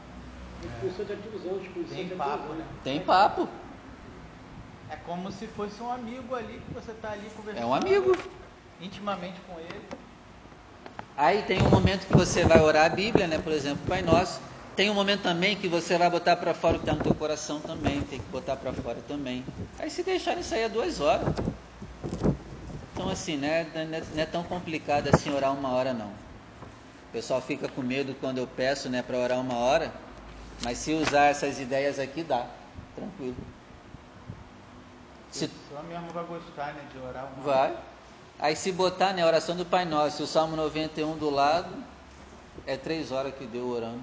Tem papo, né? Tem papo. É como se fosse um amigo ali, que você está ali conversando. É um amigo. Intimamente com ele. Aí tem um momento que você vai orar a Bíblia, né? Por exemplo, Pai Nosso. Tem um momento também que você vai botar para fora o que está no teu coração também. Tem que botar para fora também. Aí se deixar isso aí é duas horas. Então assim, né? Não é tão complicado assim orar uma hora não. O pessoal fica com medo quando eu peço, né? Para orar uma hora. Mas se usar essas ideias aqui, dá. Tranquilo. Se... Só mesmo vai gostar, né? De orar uma vai. hora. Aí se botar, né? A oração do Pai Nosso, o Salmo noventa e um do lado, é três horas que deu orando.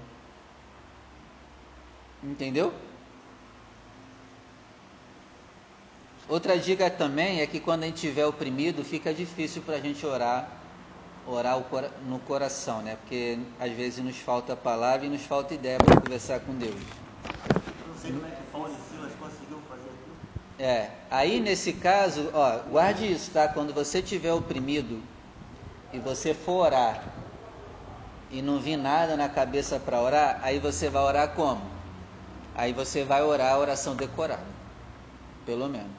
Entendeu? Outra dica também é que quando a gente estiver oprimido, fica difícil para a gente orar, orar no coração, né? Porque às vezes nos falta palavra e nos falta ideia para conversar com Deus. Não sei como é que Paulo e Silas conseguiu fazer aquilo. É, aí nesse caso, ó, guarde isso, tá? Quando você estiver oprimido e você for orar e não vir nada na cabeça para orar, aí você vai orar como? Aí você vai orar a oração decorada, pelo menos.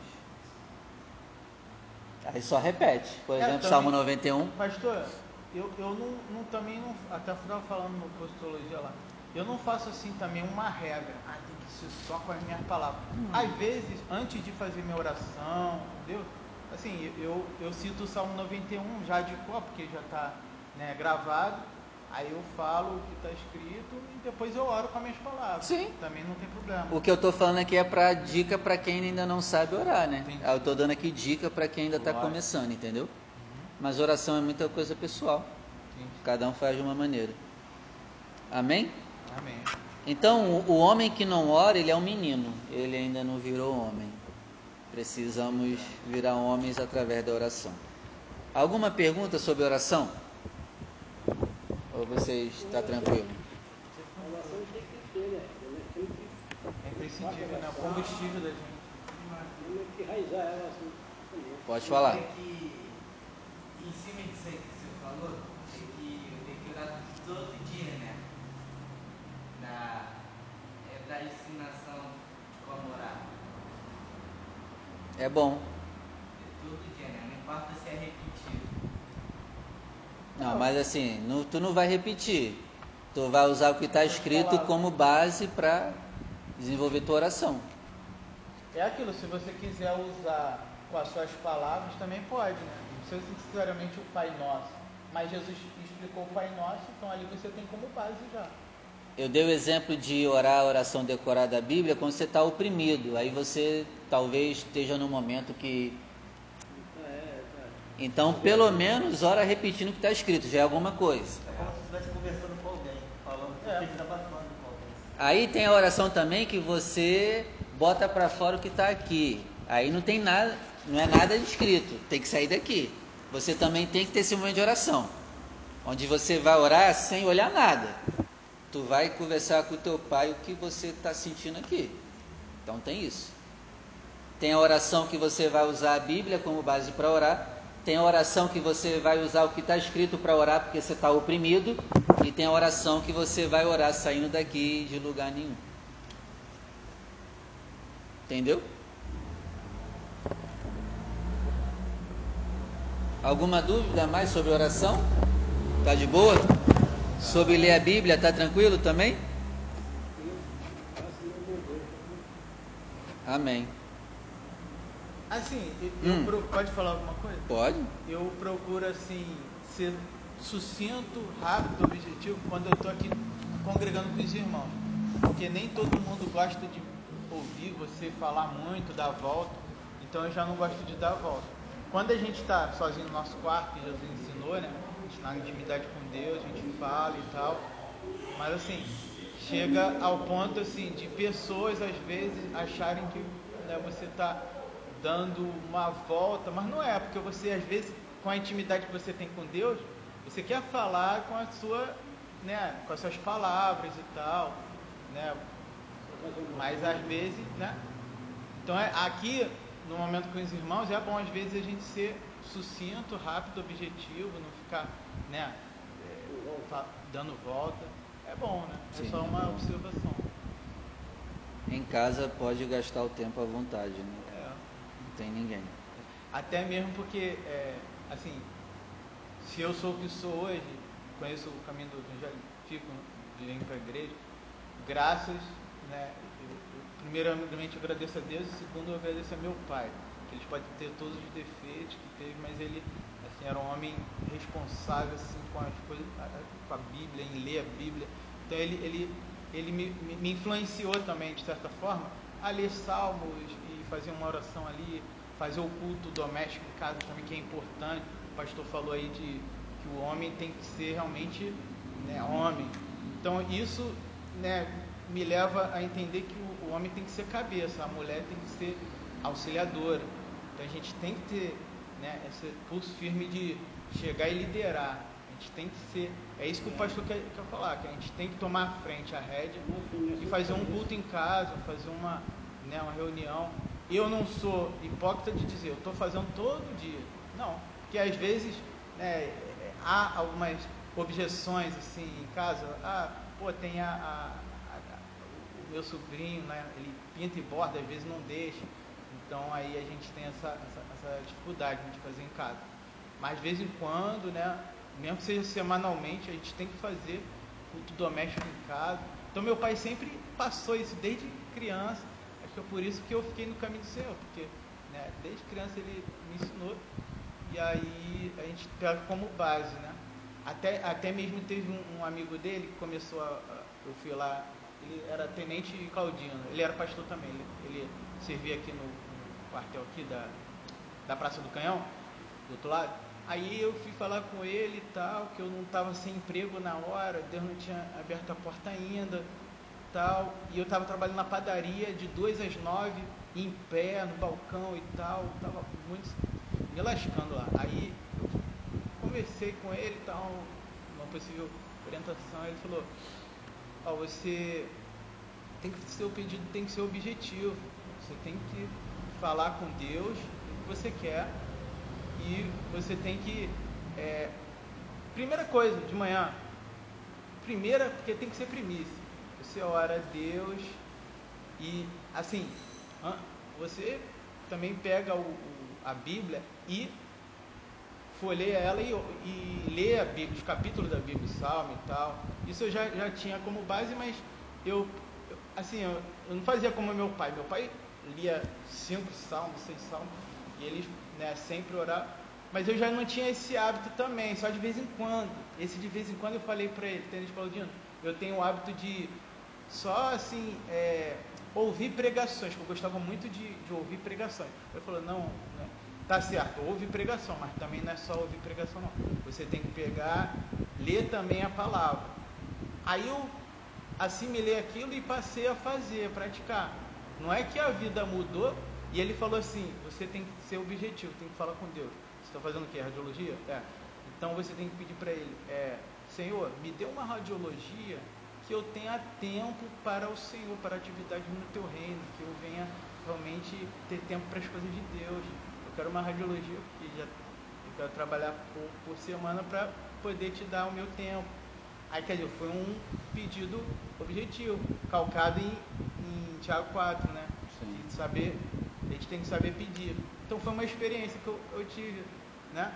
Aí só repete, por É, exemplo, também, Salmo noventa e um. Pastor, eu, eu não, não também não, até estava falando no Postologia lá, eu não faço assim também uma regra, ah, tem que ser só com as minhas palavras. Hum. Às vezes, antes de fazer minha oração, entendeu? Assim, eu, eu cito o Salmo noventa e um já de cor, porque já está, né, gravado, aí eu falo o que está escrito e depois eu oro com as minhas palavras. Sim. Também não tem problema. O que eu estou falando aqui é para dica para quem ainda não sabe orar, né? Entendi. Eu estou dando aqui dica para quem ainda está começando, entendeu? Uhum. Mas oração é muita coisa pessoal. Entendi. Cada um faz de uma maneira. Amém? Amém. Então, o, o homem que não ora, ele é um menino. Ele ainda não virou homem. Precisamos virar homens através da oração. Alguma pergunta sobre oração? Ou vocês estão tranquilos? A oração tem que ter, né? É imprescindível, né? O combustível da gente. Tem que enraizar ela assim. Pode falar. É que, em cima disso aí que você falou, é que eu tenho que orar todo dia, né? Na, é da ensinação de como orar. É bom. É todo dia, né? Não importa se é repetido. Não, mas assim, não, tu não vai repetir. Tu vai usar o que está escrito como base para desenvolver tua oração. É aquilo, se você quiser usar com as suas palavras, também pode, né? Não precisa necessariamente o Pai Nosso. Mas Jesus explicou o Pai Nosso, então ali você tem como base já. Eu dei o exemplo de orar a oração decorada da Bíblia quando você está oprimido. Aí você talvez esteja num momento que... Então, pelo menos, ora repetindo o que está escrito, já é alguma coisa. É como se estivesse conversando com alguém, falando que é. você está batendo com alguém. Aí tem a oração também que você bota para fora o que está aqui. Aí não tem nada, não é nada escrito, tem que sair daqui. Você também tem que ter esse momento de oração, onde você vai orar sem olhar nada. Tu vai conversar com o teu pai o que você está sentindo aqui. Então tem isso. Tem a oração que você vai usar a Bíblia como base para orar. Tem a oração que você vai usar o que está escrito para orar porque você está oprimido. E tem a oração que você vai orar saindo daqui de lugar nenhum. Entendeu? Alguma dúvida mais sobre oração? Tá de boa? Sobre ler a Bíblia, tá tranquilo também? Amém. Assim, eu Hum. pro- pode falar alguma coisa? Pode? Eu procuro, assim, ser sucinto, rápido, objetivo, quando eu estou aqui congregando com os irmãos. Porque nem todo mundo gosta de ouvir você falar muito, dar a volta. Então eu já não gosto de dar a volta. Quando a gente está sozinho no nosso quarto, que Jesus ensinou, né? A gente na intimidade com Deus, a gente fala e tal. Mas assim, chega ao ponto assim de pessoas às vezes acharem que, né, você está dando uma volta, mas não é, porque você às vezes, com a intimidade que você tem com Deus, você quer falar com a sua, né, com as suas palavras e tal, né? Mas às vezes, né? Então é aqui no momento com os irmãos é bom às vezes a gente ser sucinto, rápido, objetivo, não ficar, né, é, fa- dando volta. É bom, né? É Sim, só é uma bom. observação. Em casa pode gastar o tempo à vontade, né? É. Não tem ninguém. Até mesmo porque, é, assim, se eu sou o que sou hoje, conheço o caminho do evangelho, fico de vir para a igreja, graças, né, eu, eu, primeiramente eu agradeço a Deus, e segundo eu agradeço a meu pai, que eles podem ter todos os defeitos que teve, mas ele, assim, era um homem responsável, assim, com as coisas, com a Bíblia, em ler a Bíblia. Então ele, ele, ele me, me influenciou também, de certa forma, a ler salmos e fazer uma oração ali, fazer o culto doméstico em casa também, que é importante. O pastor falou aí de que o homem tem que ser realmente, né, homem. Então isso, né, me leva a entender que o, o homem tem que ser cabeça, a mulher tem que ser auxiliadora. Então a gente tem que ter, né, esse pulso firme de chegar e liderar. A gente tem que ser, é isso que o pastor quer, quer falar, que a gente tem que tomar a frente, a rédea, e fazer um culto em casa, fazer uma, né, uma reunião. Eu não sou hipócrita de dizer, eu estou fazendo todo dia. Não, porque às vezes, né, há algumas objeções assim em casa. Ah, pô, tem a, a, a, o meu sobrinho, né, ele pinta e borda, às vezes não deixa. Então aí a gente tem essa, essa, essa dificuldade de fazer em casa. Mas de vez em quando, né, mesmo que seja semanalmente, a gente tem que fazer culto doméstico em casa. Então meu pai sempre passou isso desde criança. Acho que é por isso que eu fiquei no caminho do Senhor, porque, né, desde criança ele me ensinou. E aí a gente pega como base, né? Até, até mesmo teve um, um amigo dele que começou a, a... Eu fui lá, ele era tenente Claudino, ele era pastor também, ele, ele servia aqui no, no quartel aqui da, da Praça do Canhão, do outro lado. Aí eu fui falar com ele e tal, que eu não estava sem emprego na hora, Deus não tinha aberto a porta ainda, tal, e eu estava trabalhando na padaria de duas às nove, em pé, no balcão e tal, estava muito me lascando lá. Aí eu conversei com ele e tal, uma possível orientação, ele falou, ó, oh, você tem que ser o pedido, tem que ser objetivo, você tem que falar com Deus o que você quer. E você tem que, é, primeira coisa, de manhã, primeira, porque tem que ser primícia, você ora a Deus e, assim, você também pega o, o, a Bíblia e folheia ela e, e lê a Bíblia, os capítulos da Bíblia, o Salmo e tal. Isso eu já, já tinha como base, mas eu, eu assim, eu, eu não fazia como meu pai. Meu pai lia cinco salmos, seis salmos, e ele, né, sempre orava, mas eu já não tinha esse hábito também, só de vez em quando. Esse de vez em quando eu falei para ele, Tênis Claudino, eu tenho o hábito de só assim, é, ouvir pregações, que eu gostava muito de, de ouvir pregações. Ele falou, não, né, tá certo, ouve pregação, mas também não é só ouvir pregação não, você tem que pegar, ler também a palavra. Aí eu assimilei aquilo e passei a fazer, a praticar. Não é que a vida mudou. E ele falou assim, você tem que ser objetivo, tem que falar com Deus. Você está fazendo o quê? Radiologia? É. Então você tem que pedir para ele, é, Senhor, me dê uma radiologia que eu tenha tempo para o Senhor, para a atividade no teu reino, que eu venha realmente ter tempo para as coisas de Deus. Eu quero uma radiologia, porque já, eu quero trabalhar por, por semana para poder te dar o meu tempo. Aí, quer dizer, foi um pedido objetivo, calcado em, em Tiago quatro, né? De saber, a gente tem que saber pedir. Então foi uma experiência que eu, eu tive, né?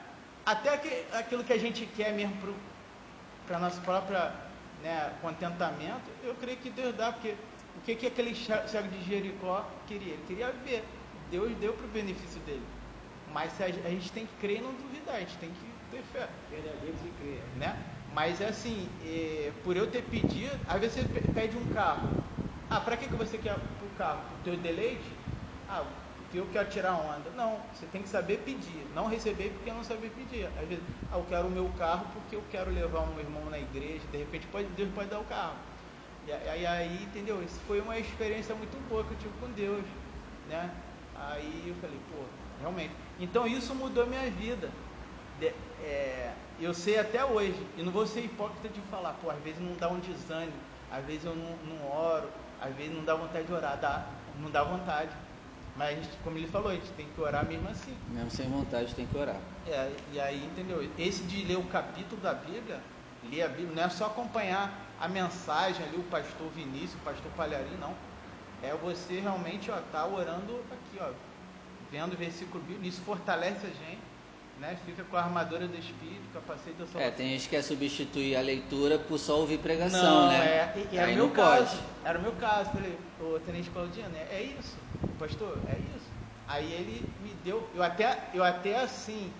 até que, aquilo que a gente quer mesmo para nosso próprio, né, contentamento, eu creio que Deus dá, porque o que, que aquele cego de Jericó queria? Ele queria ver. Deus deu para o benefício dele. Mas a, a gente tem que crer e não duvidar, a gente tem que ter fé. Verdadeiro se crer. Né? Mas é assim, é, por eu ter pedido, às vezes você pede um carro. Ah, para que, que você quer o carro? O teu deleite? Ah, porque eu quero tirar onda. Não, você tem que saber pedir. Não receber porque não saber pedir. Às vezes, ah, eu quero o meu carro porque eu quero levar um irmão na igreja. De repente, pode, Deus pode dar o carro. E aí, aí, entendeu? Isso foi uma experiência muito boa que eu tive com Deus. Né? Aí eu falei, pô, realmente. Então isso mudou minha vida. De, é, eu sei até hoje, e não vou ser hipócrita de falar, pô, às vezes não dá um desânimo, às vezes eu não, não oro, às vezes não dá vontade de orar, dá, não dá vontade. Mas, como ele falou, a gente tem que orar mesmo assim. Mesmo sem vontade, tem que orar. É, e aí, entendeu? Esse de ler o capítulo da Bíblia, ler a Bíblia, não é só acompanhar a mensagem ali, o pastor Vinícius, o pastor Palharim, não. É você realmente, ó, tá orando aqui, ó, vendo o versículo bíblico, isso fortalece a gente, né? Fica com a armadura do Espírito, capacete da salvação. É, tem gente que quer substituir a leitura por só ouvir pregação, não, né? É, e era aí o meu não caso, pode. era o meu caso. Falei, ô Tenente Claudino, né? É isso, pastor, é isso. Aí ele me deu, eu até, eu até assim,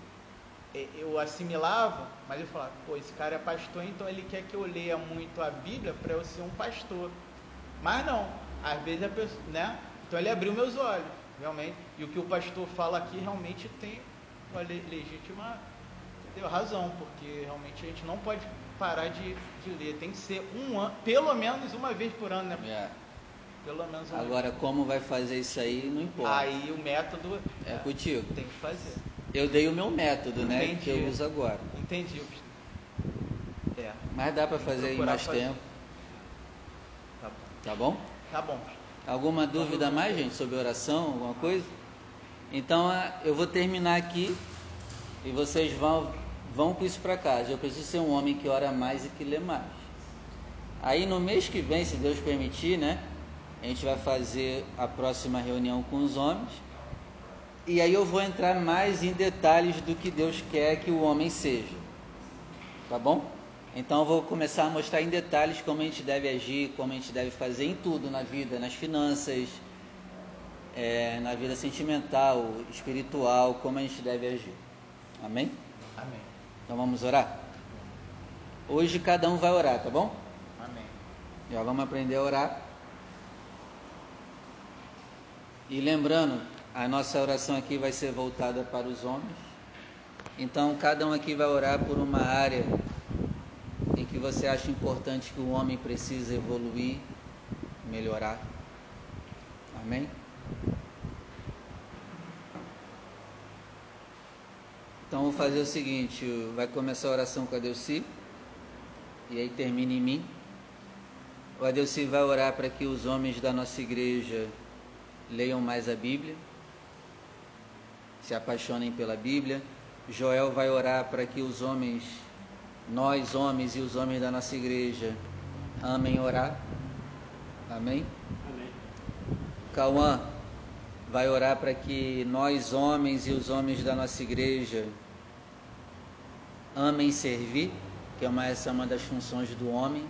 eu assimilava, mas eu falava, pô, esse cara é pastor, então ele quer que eu leia muito a Bíblia para eu ser um pastor. Mas não, às vezes a pessoa, né? Então ele abriu meus olhos, realmente. E o que o pastor fala aqui realmente tem uma legítima, entendeu? Razão, porque realmente a gente não pode parar de, de ler. Tem que ser um ano, pelo menos uma vez por ano, né? É. Pelo menos uma Agora, vez. como vai fazer isso aí, não importa. Aí o método é, é contigo. Tem que fazer. Eu dei o meu método, né? Entendi. Que eu uso agora. Entendi. É. Mas dá para fazer em mais fazer. tempo. Tá bom. Tá bom? Tá bom. Alguma dúvida mais, gente, sobre oração, alguma coisa? Então, eu vou terminar aqui e vocês vão, vão com isso para casa. Eu preciso ser um homem que ora mais e que lê mais. Aí, no mês que vem, se Deus permitir, né? A gente vai fazer a próxima reunião com os homens. E aí eu vou entrar mais em detalhes do que Deus quer que o homem seja. Tá bom? Então eu vou começar a mostrar em detalhes como a gente deve agir, como a gente deve fazer em tudo na vida, nas finanças, é, na vida sentimental, espiritual, como a gente deve agir. Amém? Amém. Então vamos orar? Hoje cada um vai orar, tá bom? Amém. Já vamos aprender a orar. E lembrando, a nossa oração aqui vai ser voltada para os homens. Então cada um aqui vai orar por uma área em que você acha importante que o homem precisa evoluir, melhorar. Amém? Então vou fazer o seguinte, vai começar a oração com a Delci, e aí termina em mim. O Adelci vai orar para que os homens da nossa igreja leiam mais a Bíblia, se apaixonem pela Bíblia. Joel vai orar para que os homens, nós homens e os homens da nossa igreja, amem orar. Amém? Amém. Cauã vai orar para que nós homens e os homens da nossa igreja amem servir, que é uma, essa é uma das funções do homem.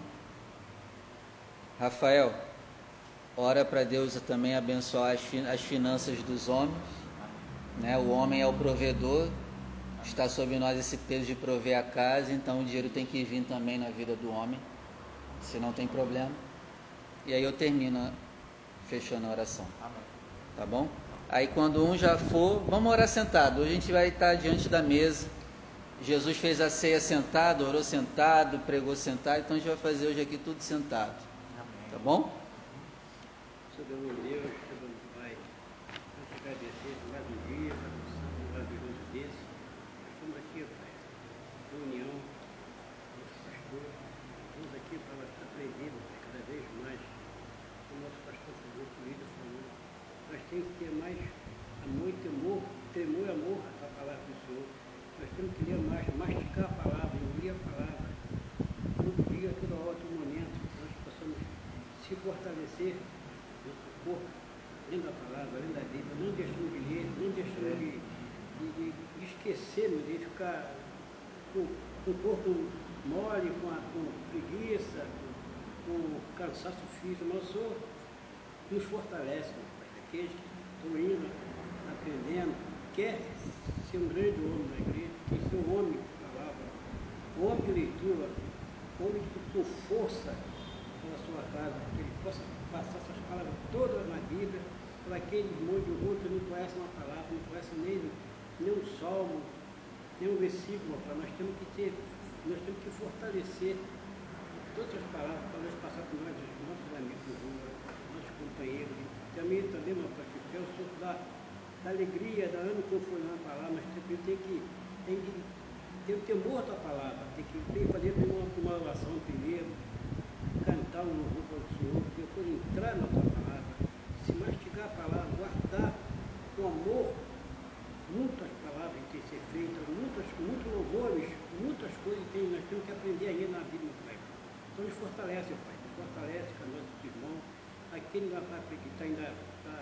Rafael, ora para Deus também abençoar as, as finanças dos homens, né? O homem é o provedor, está sobre nós esse peso de prover a casa, então o dinheiro tem que vir também na vida do homem, senão tem problema. E aí eu termino fechando a oração. Tá bom? Aí quando um já for, vamos orar sentado. Hoje a gente vai estar diante da mesa. Jesus fez a ceia sentado, orou sentado, pregou sentado, então a gente vai fazer hoje aqui tudo sentado. Tá bom? Soberano Deus, soberano Pai, eu te agradecer por mais um dia, mais um sábado maravilhoso desse. Estamos aqui, Pai, reunião, nosso pastor, estamos aqui para aprender, Pai, cada vez mais. O nosso pastor falou, o líder falou, nós temos que ter mais amor e temor, temor e amor à palavra do Senhor. Nós temos que ler mais, mastigar a palavra, engolir a palavra, todo dia, toda hora, todo momento, nós possamos se fortalecer nosso corpo, lendo a palavra, lendo a Bíblia, não deixando de ler, não deixando de, de, de de esquecer, meu Deus, de ficar com, com o corpo mole, com, a, com preguiça, com, com cansaço físico. Mas o Senhor nos fortalece, meu Pai, daqueles que estão indo, aprendendo, quer ser um grande homem da igreja, quer ser um homem de palavra, um homem de leitura, um homem que, com força pela sua casa, que ele possa passar essas palavras todas na Bíblia, para aquele monte de rua que não conhece uma palavra, não conhece nem, nem um salmo, nem um versículo, para nós temos que ter, nós temos que fortalecer todas as palavras para nós passar para nós, nossos amigos de rua, nossos companheiros. Também, também, meu Pai, que o Senhor dá, da alegria, da ano que eu fui na palavra, mas tem, tem que tem que ter o temor da palavra, tem que tem que fazer uma, uma oração primeiro, cantar um louvor para o Senhor, depois entrar na tua palavra, se mastigar a palavra, guardar com amor muitas palavras que têm que ser feitas, muitas, muitos louvores, muitas coisas que nós temos que aprender ainda na Bíblia, Pai. Então nos fortalece, Pai, nos fortalece com nossos irmãos, aquele que está ainda, tá,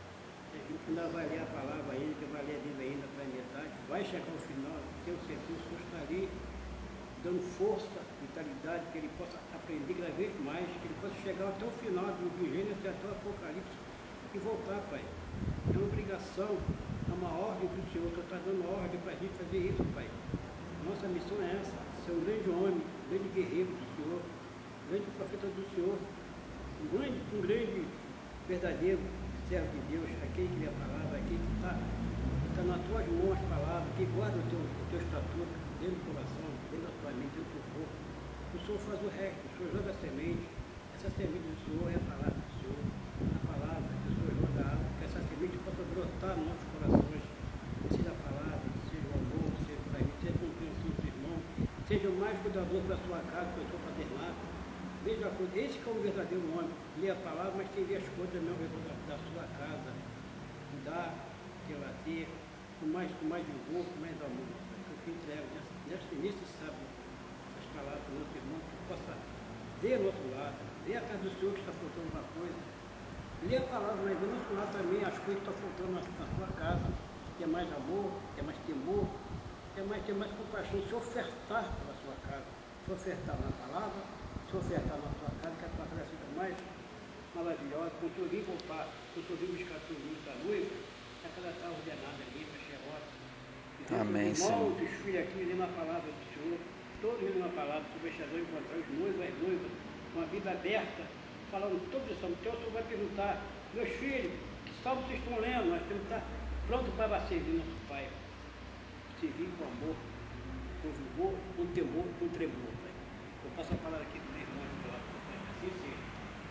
ainda vai ler a palavra ainda, que vai ler a Bíblia ainda para a metade, vai chegar ao final, tenho certeza que o Senhor está ali, dando força, vitalidade, que ele possa aprender cada vez mais, que ele possa chegar até o final do Gênesis até o Apocalipse e voltar, Pai. É uma obrigação, é uma ordem do Senhor, o Senhor está dando ordem para a gente fazer isso, Pai. Nossa missão é essa, ser um grande homem, um grande guerreiro do Senhor, um grande profeta do Senhor, um grande, um grande verdadeiro servo de Deus, aquele que lê a palavra, aquele que está tá nas tuas mãos as palavras, que guarda o teu, o teu estatuto dentro do coração, dentro da tua mente, dentro do teu corpo. O Senhor faz o resto, o Senhor joga a semente, essa semente do Senhor é a palavra do Senhor, a palavra que o Senhor joga a água, que essa semente possa brotar nos nossos corações, seja a palavra, seja o amor, seja o carinho, seja a compreensão do irmão, seja o mais cuidadoso da sua casa, para o seu paternato. Veja a coisa, esse que é um verdadeiro homem, lê a palavra, mas tem as coisas mesmo da, da sua casa, cuidar, debater, com mais, com mais vigor, com mais amor, que eu te entrego nesse, nesse sábado, as palavras do nosso irmão, que possa ver ao nosso lado, ver a casa do Senhor que está faltando uma coisa, lê a palavra, mas ver ao nosso lado também as coisas que estão faltando na, na sua casa, que é mais amor, que é mais temor, que é mais, que é mais compaixão, se ofertar pela sua casa, se ofertar na palavra, se ofertar na tua casa, que a tua casa fica mais maravilhosa, quando tu vir voltar, quando tu vir buscar teu livro da noiva, a casa está ordenada ali, está cheirosa. Amém, Senhor. Irmãos, os filhos aqui lendo a palavra do Senhor, todos lendo a palavra, o vestidor encontrar os noivos e as noivas, com a Bíblia aberta, falando todos os salmos. Então o Senhor vai perguntar, meus filhos, que salmos vocês estão lendo? Nós temos que estar pronto para servir nosso Pai. Servir com amor, com vigor, com temor, com tremor, Pai. Eu passo a palavra aqui para o meu irmão de lá, assim seja.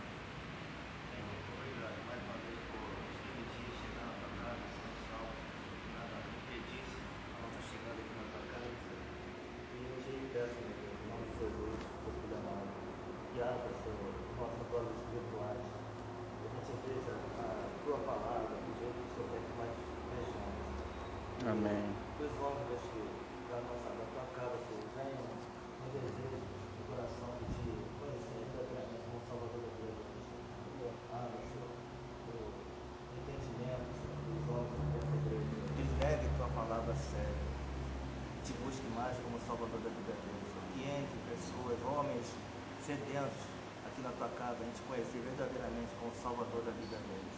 Obrigado mais uma vez por permitir chegar na tua casa, sem salvo, nada impedisse a nossa chegada aqui na tua casa. E eu te peço, meu Deus, em nome do Senhor Jesus, teu filho amado, que abra, Senhor, nossos olhos espirituais, que a gente veja a tua palavra do jeito que o Senhor quer que nós vejamos. Amém. Que os homens da, nossa, da tua casa, Senhor, venham no desejo do coração de te conhecer verdadeiramente como Salvador da vida deles. Abra, Senhor, o entendimento, Senhor, dos homens dessa igreja. Que leve tua palavra a sério. Te busque mais como Salvador da vida deles. Que entre pessoas, homens sedentos aqui na tua casa, a gente conhecer verdadeiramente como Salvador da vida deles.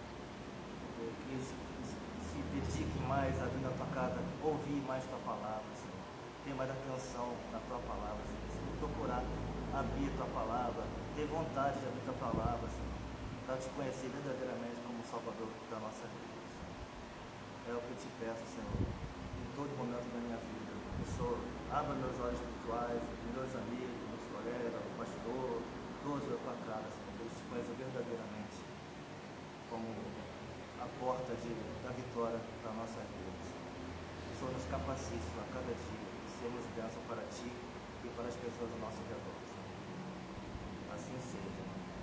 Que se dedique mais a vir na tua casa, ouvir mais tua palavra, Senhor. Ter mais atenção na tua palavra, Senhor. Procurar abrir tua palavra, ter vontade de abrir tua palavra, Senhor, para te conhecer verdadeiramente como Salvador da nossa vida, Senhor. É o que eu te peço, Senhor, em todo momento da minha vida. O Senhor abra meus olhos espirituais, meus amigos, meus colegas, o pastor, todos da tua casa, Senhor, que eles te conheçam verdadeiramente como a porta de, da vitória da nossa vida. O Senhor nos capacite a cada dia e sermos bênção para ti e para as pessoas ao nosso redor. Senhor. Assim seja.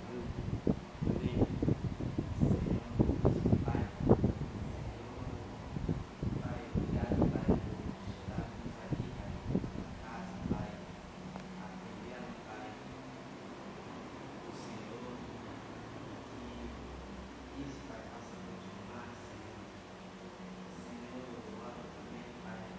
Amém. Senhor, Pai, Senhor, Pai, obrigado, Pai, por chegarmos aqui, Pai, na casa, Pai, aprendendo, Pai, do Senhor, que isso, Pai, possa continuar, Senhor. Senhor, eu oro também, Pai,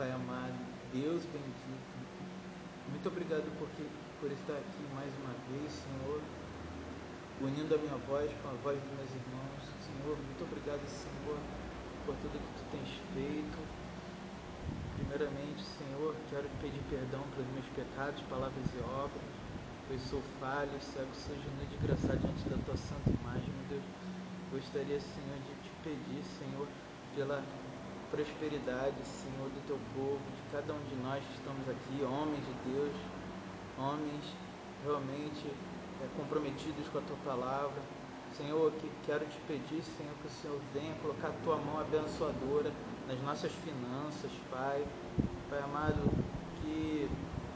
Pai amado, Deus bendito, muito obrigado porque, por estar aqui mais uma vez, Senhor, unindo a minha voz com a voz dos meus irmãos. Senhor, muito obrigado, Senhor, por tudo que Tu tens feito. Primeiramente, Senhor, quero pedir perdão pelos meus pecados, palavras e obras, pois sou falho, cego, sujo, nu e desgraçado diante da Tua santa imagem, meu Deus. Gostaria, Senhor, de Te pedir, Senhor, pela prosperidade, Senhor, do Teu povo, de cada um de nós que estamos aqui, homens de Deus, homens realmente é, comprometidos com a Tua palavra. Senhor, que quero Te pedir, Senhor, que o Senhor venha colocar a Tua mão abençoadora nas nossas finanças, Pai. Pai amado, que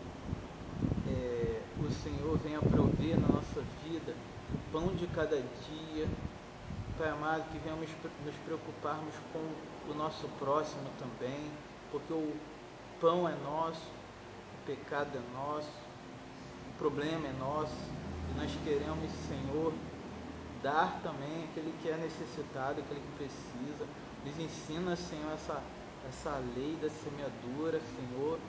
é, o Senhor venha prover na nossa vida o pão de cada dia. Pai amado, que venhamos nos preocuparmos com o nosso próximo também, porque o pão é nosso, o pecado é nosso, o problema é nosso, e nós queremos, Senhor, dar também aquele que é necessitado, aquele que precisa. Nos ensina, Senhor, essa, essa lei da semeadura, Senhor.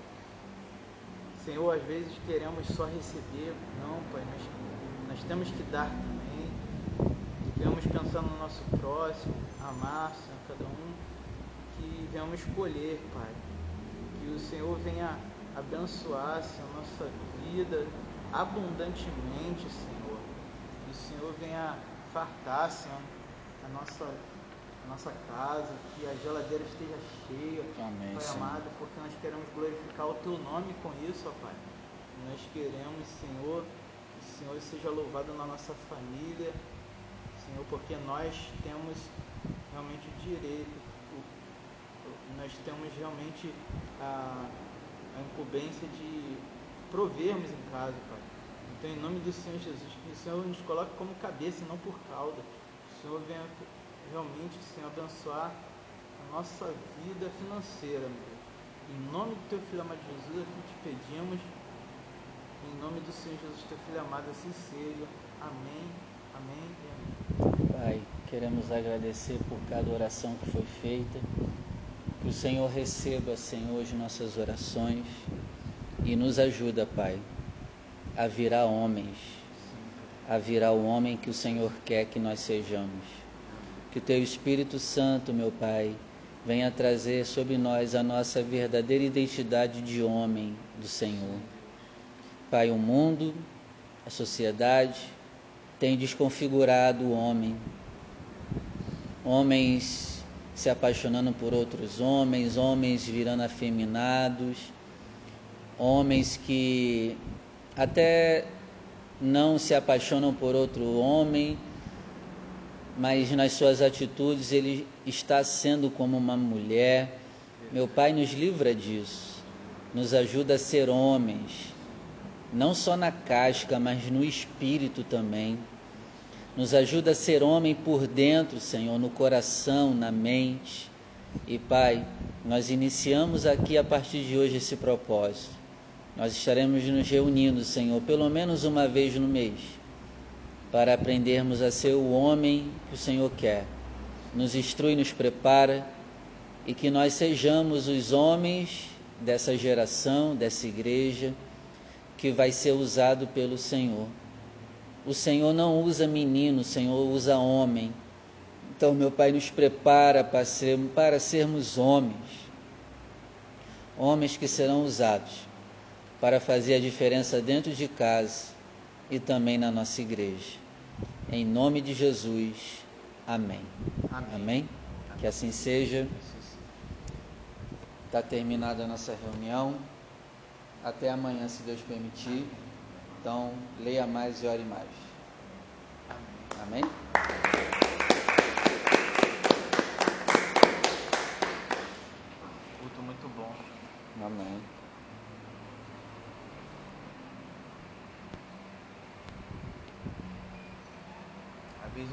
Senhor, às vezes queremos só receber, não, Pai, nós, nós temos que dar também. Venhamos pensar no nosso próximo, amar, Senhor, cada um, que venhamos escolher, Pai, que o Senhor venha abençoar, Senhor, a nossa vida abundantemente, Senhor, que o Senhor venha fartar, Senhor, a nossa, a nossa casa, que a geladeira esteja cheia, Amém, Pai Senhor. amado, porque nós queremos glorificar o Teu nome com isso, ó Pai. Nós queremos, Senhor, que o Senhor seja louvado na nossa família, Senhor, porque nós temos realmente o direito, o, o, nós temos realmente a, a incumbência de provermos em casa, Pai. Então, em nome do Senhor Jesus, que o Senhor nos coloque como cabeça e não por cauda. Que o Senhor venha realmente, Senhor, abençoar a nossa vida financeira, meu Deus. Em nome do Teu Filho amado Jesus, é que te pedimos. Em nome do Senhor Jesus, Teu Filho amado, assim seja. Amém, amém e amém. Pai, queremos agradecer por cada oração que foi feita. Que o Senhor receba, Senhor, as nossas orações e nos ajuda, Pai, a virar homens, a virar o homem que o Senhor quer que nós sejamos. Que o Teu Espírito Santo, meu Pai, venha trazer sobre nós a nossa verdadeira identidade de homem do Senhor. Pai, o mundo, a sociedade tem desconfigurado o homem. Homens se apaixonando por outros homens, homens virando afeminados, homens que até não se apaixonam por outro homem, mas nas suas atitudes ele está sendo como uma mulher. Meu Pai, nos livra disso, nos ajuda a ser homens, não só na casca, mas no espírito também. Nos ajuda a ser homem por dentro, Senhor, no coração, na mente. E Pai, nós iniciamos aqui a partir de hoje esse propósito. Nós estaremos nos reunindo, Senhor, pelo menos uma vez no mês, para aprendermos a ser o homem que o Senhor quer. Nos instrui, nos prepara, e que nós sejamos os homens dessa geração, dessa igreja, que vai ser usado pelo Senhor. O Senhor não usa menino, o Senhor usa homem. Então, meu Pai, nos prepara para, ser, para sermos homens, homens que serão usados para fazer a diferença dentro de casa e também na nossa igreja. Em nome de Jesus, amém. Amém. Amém? Que assim seja. Está terminada a nossa reunião. Até amanhã, se Deus permitir. Então, leia mais e ore mais. Amém?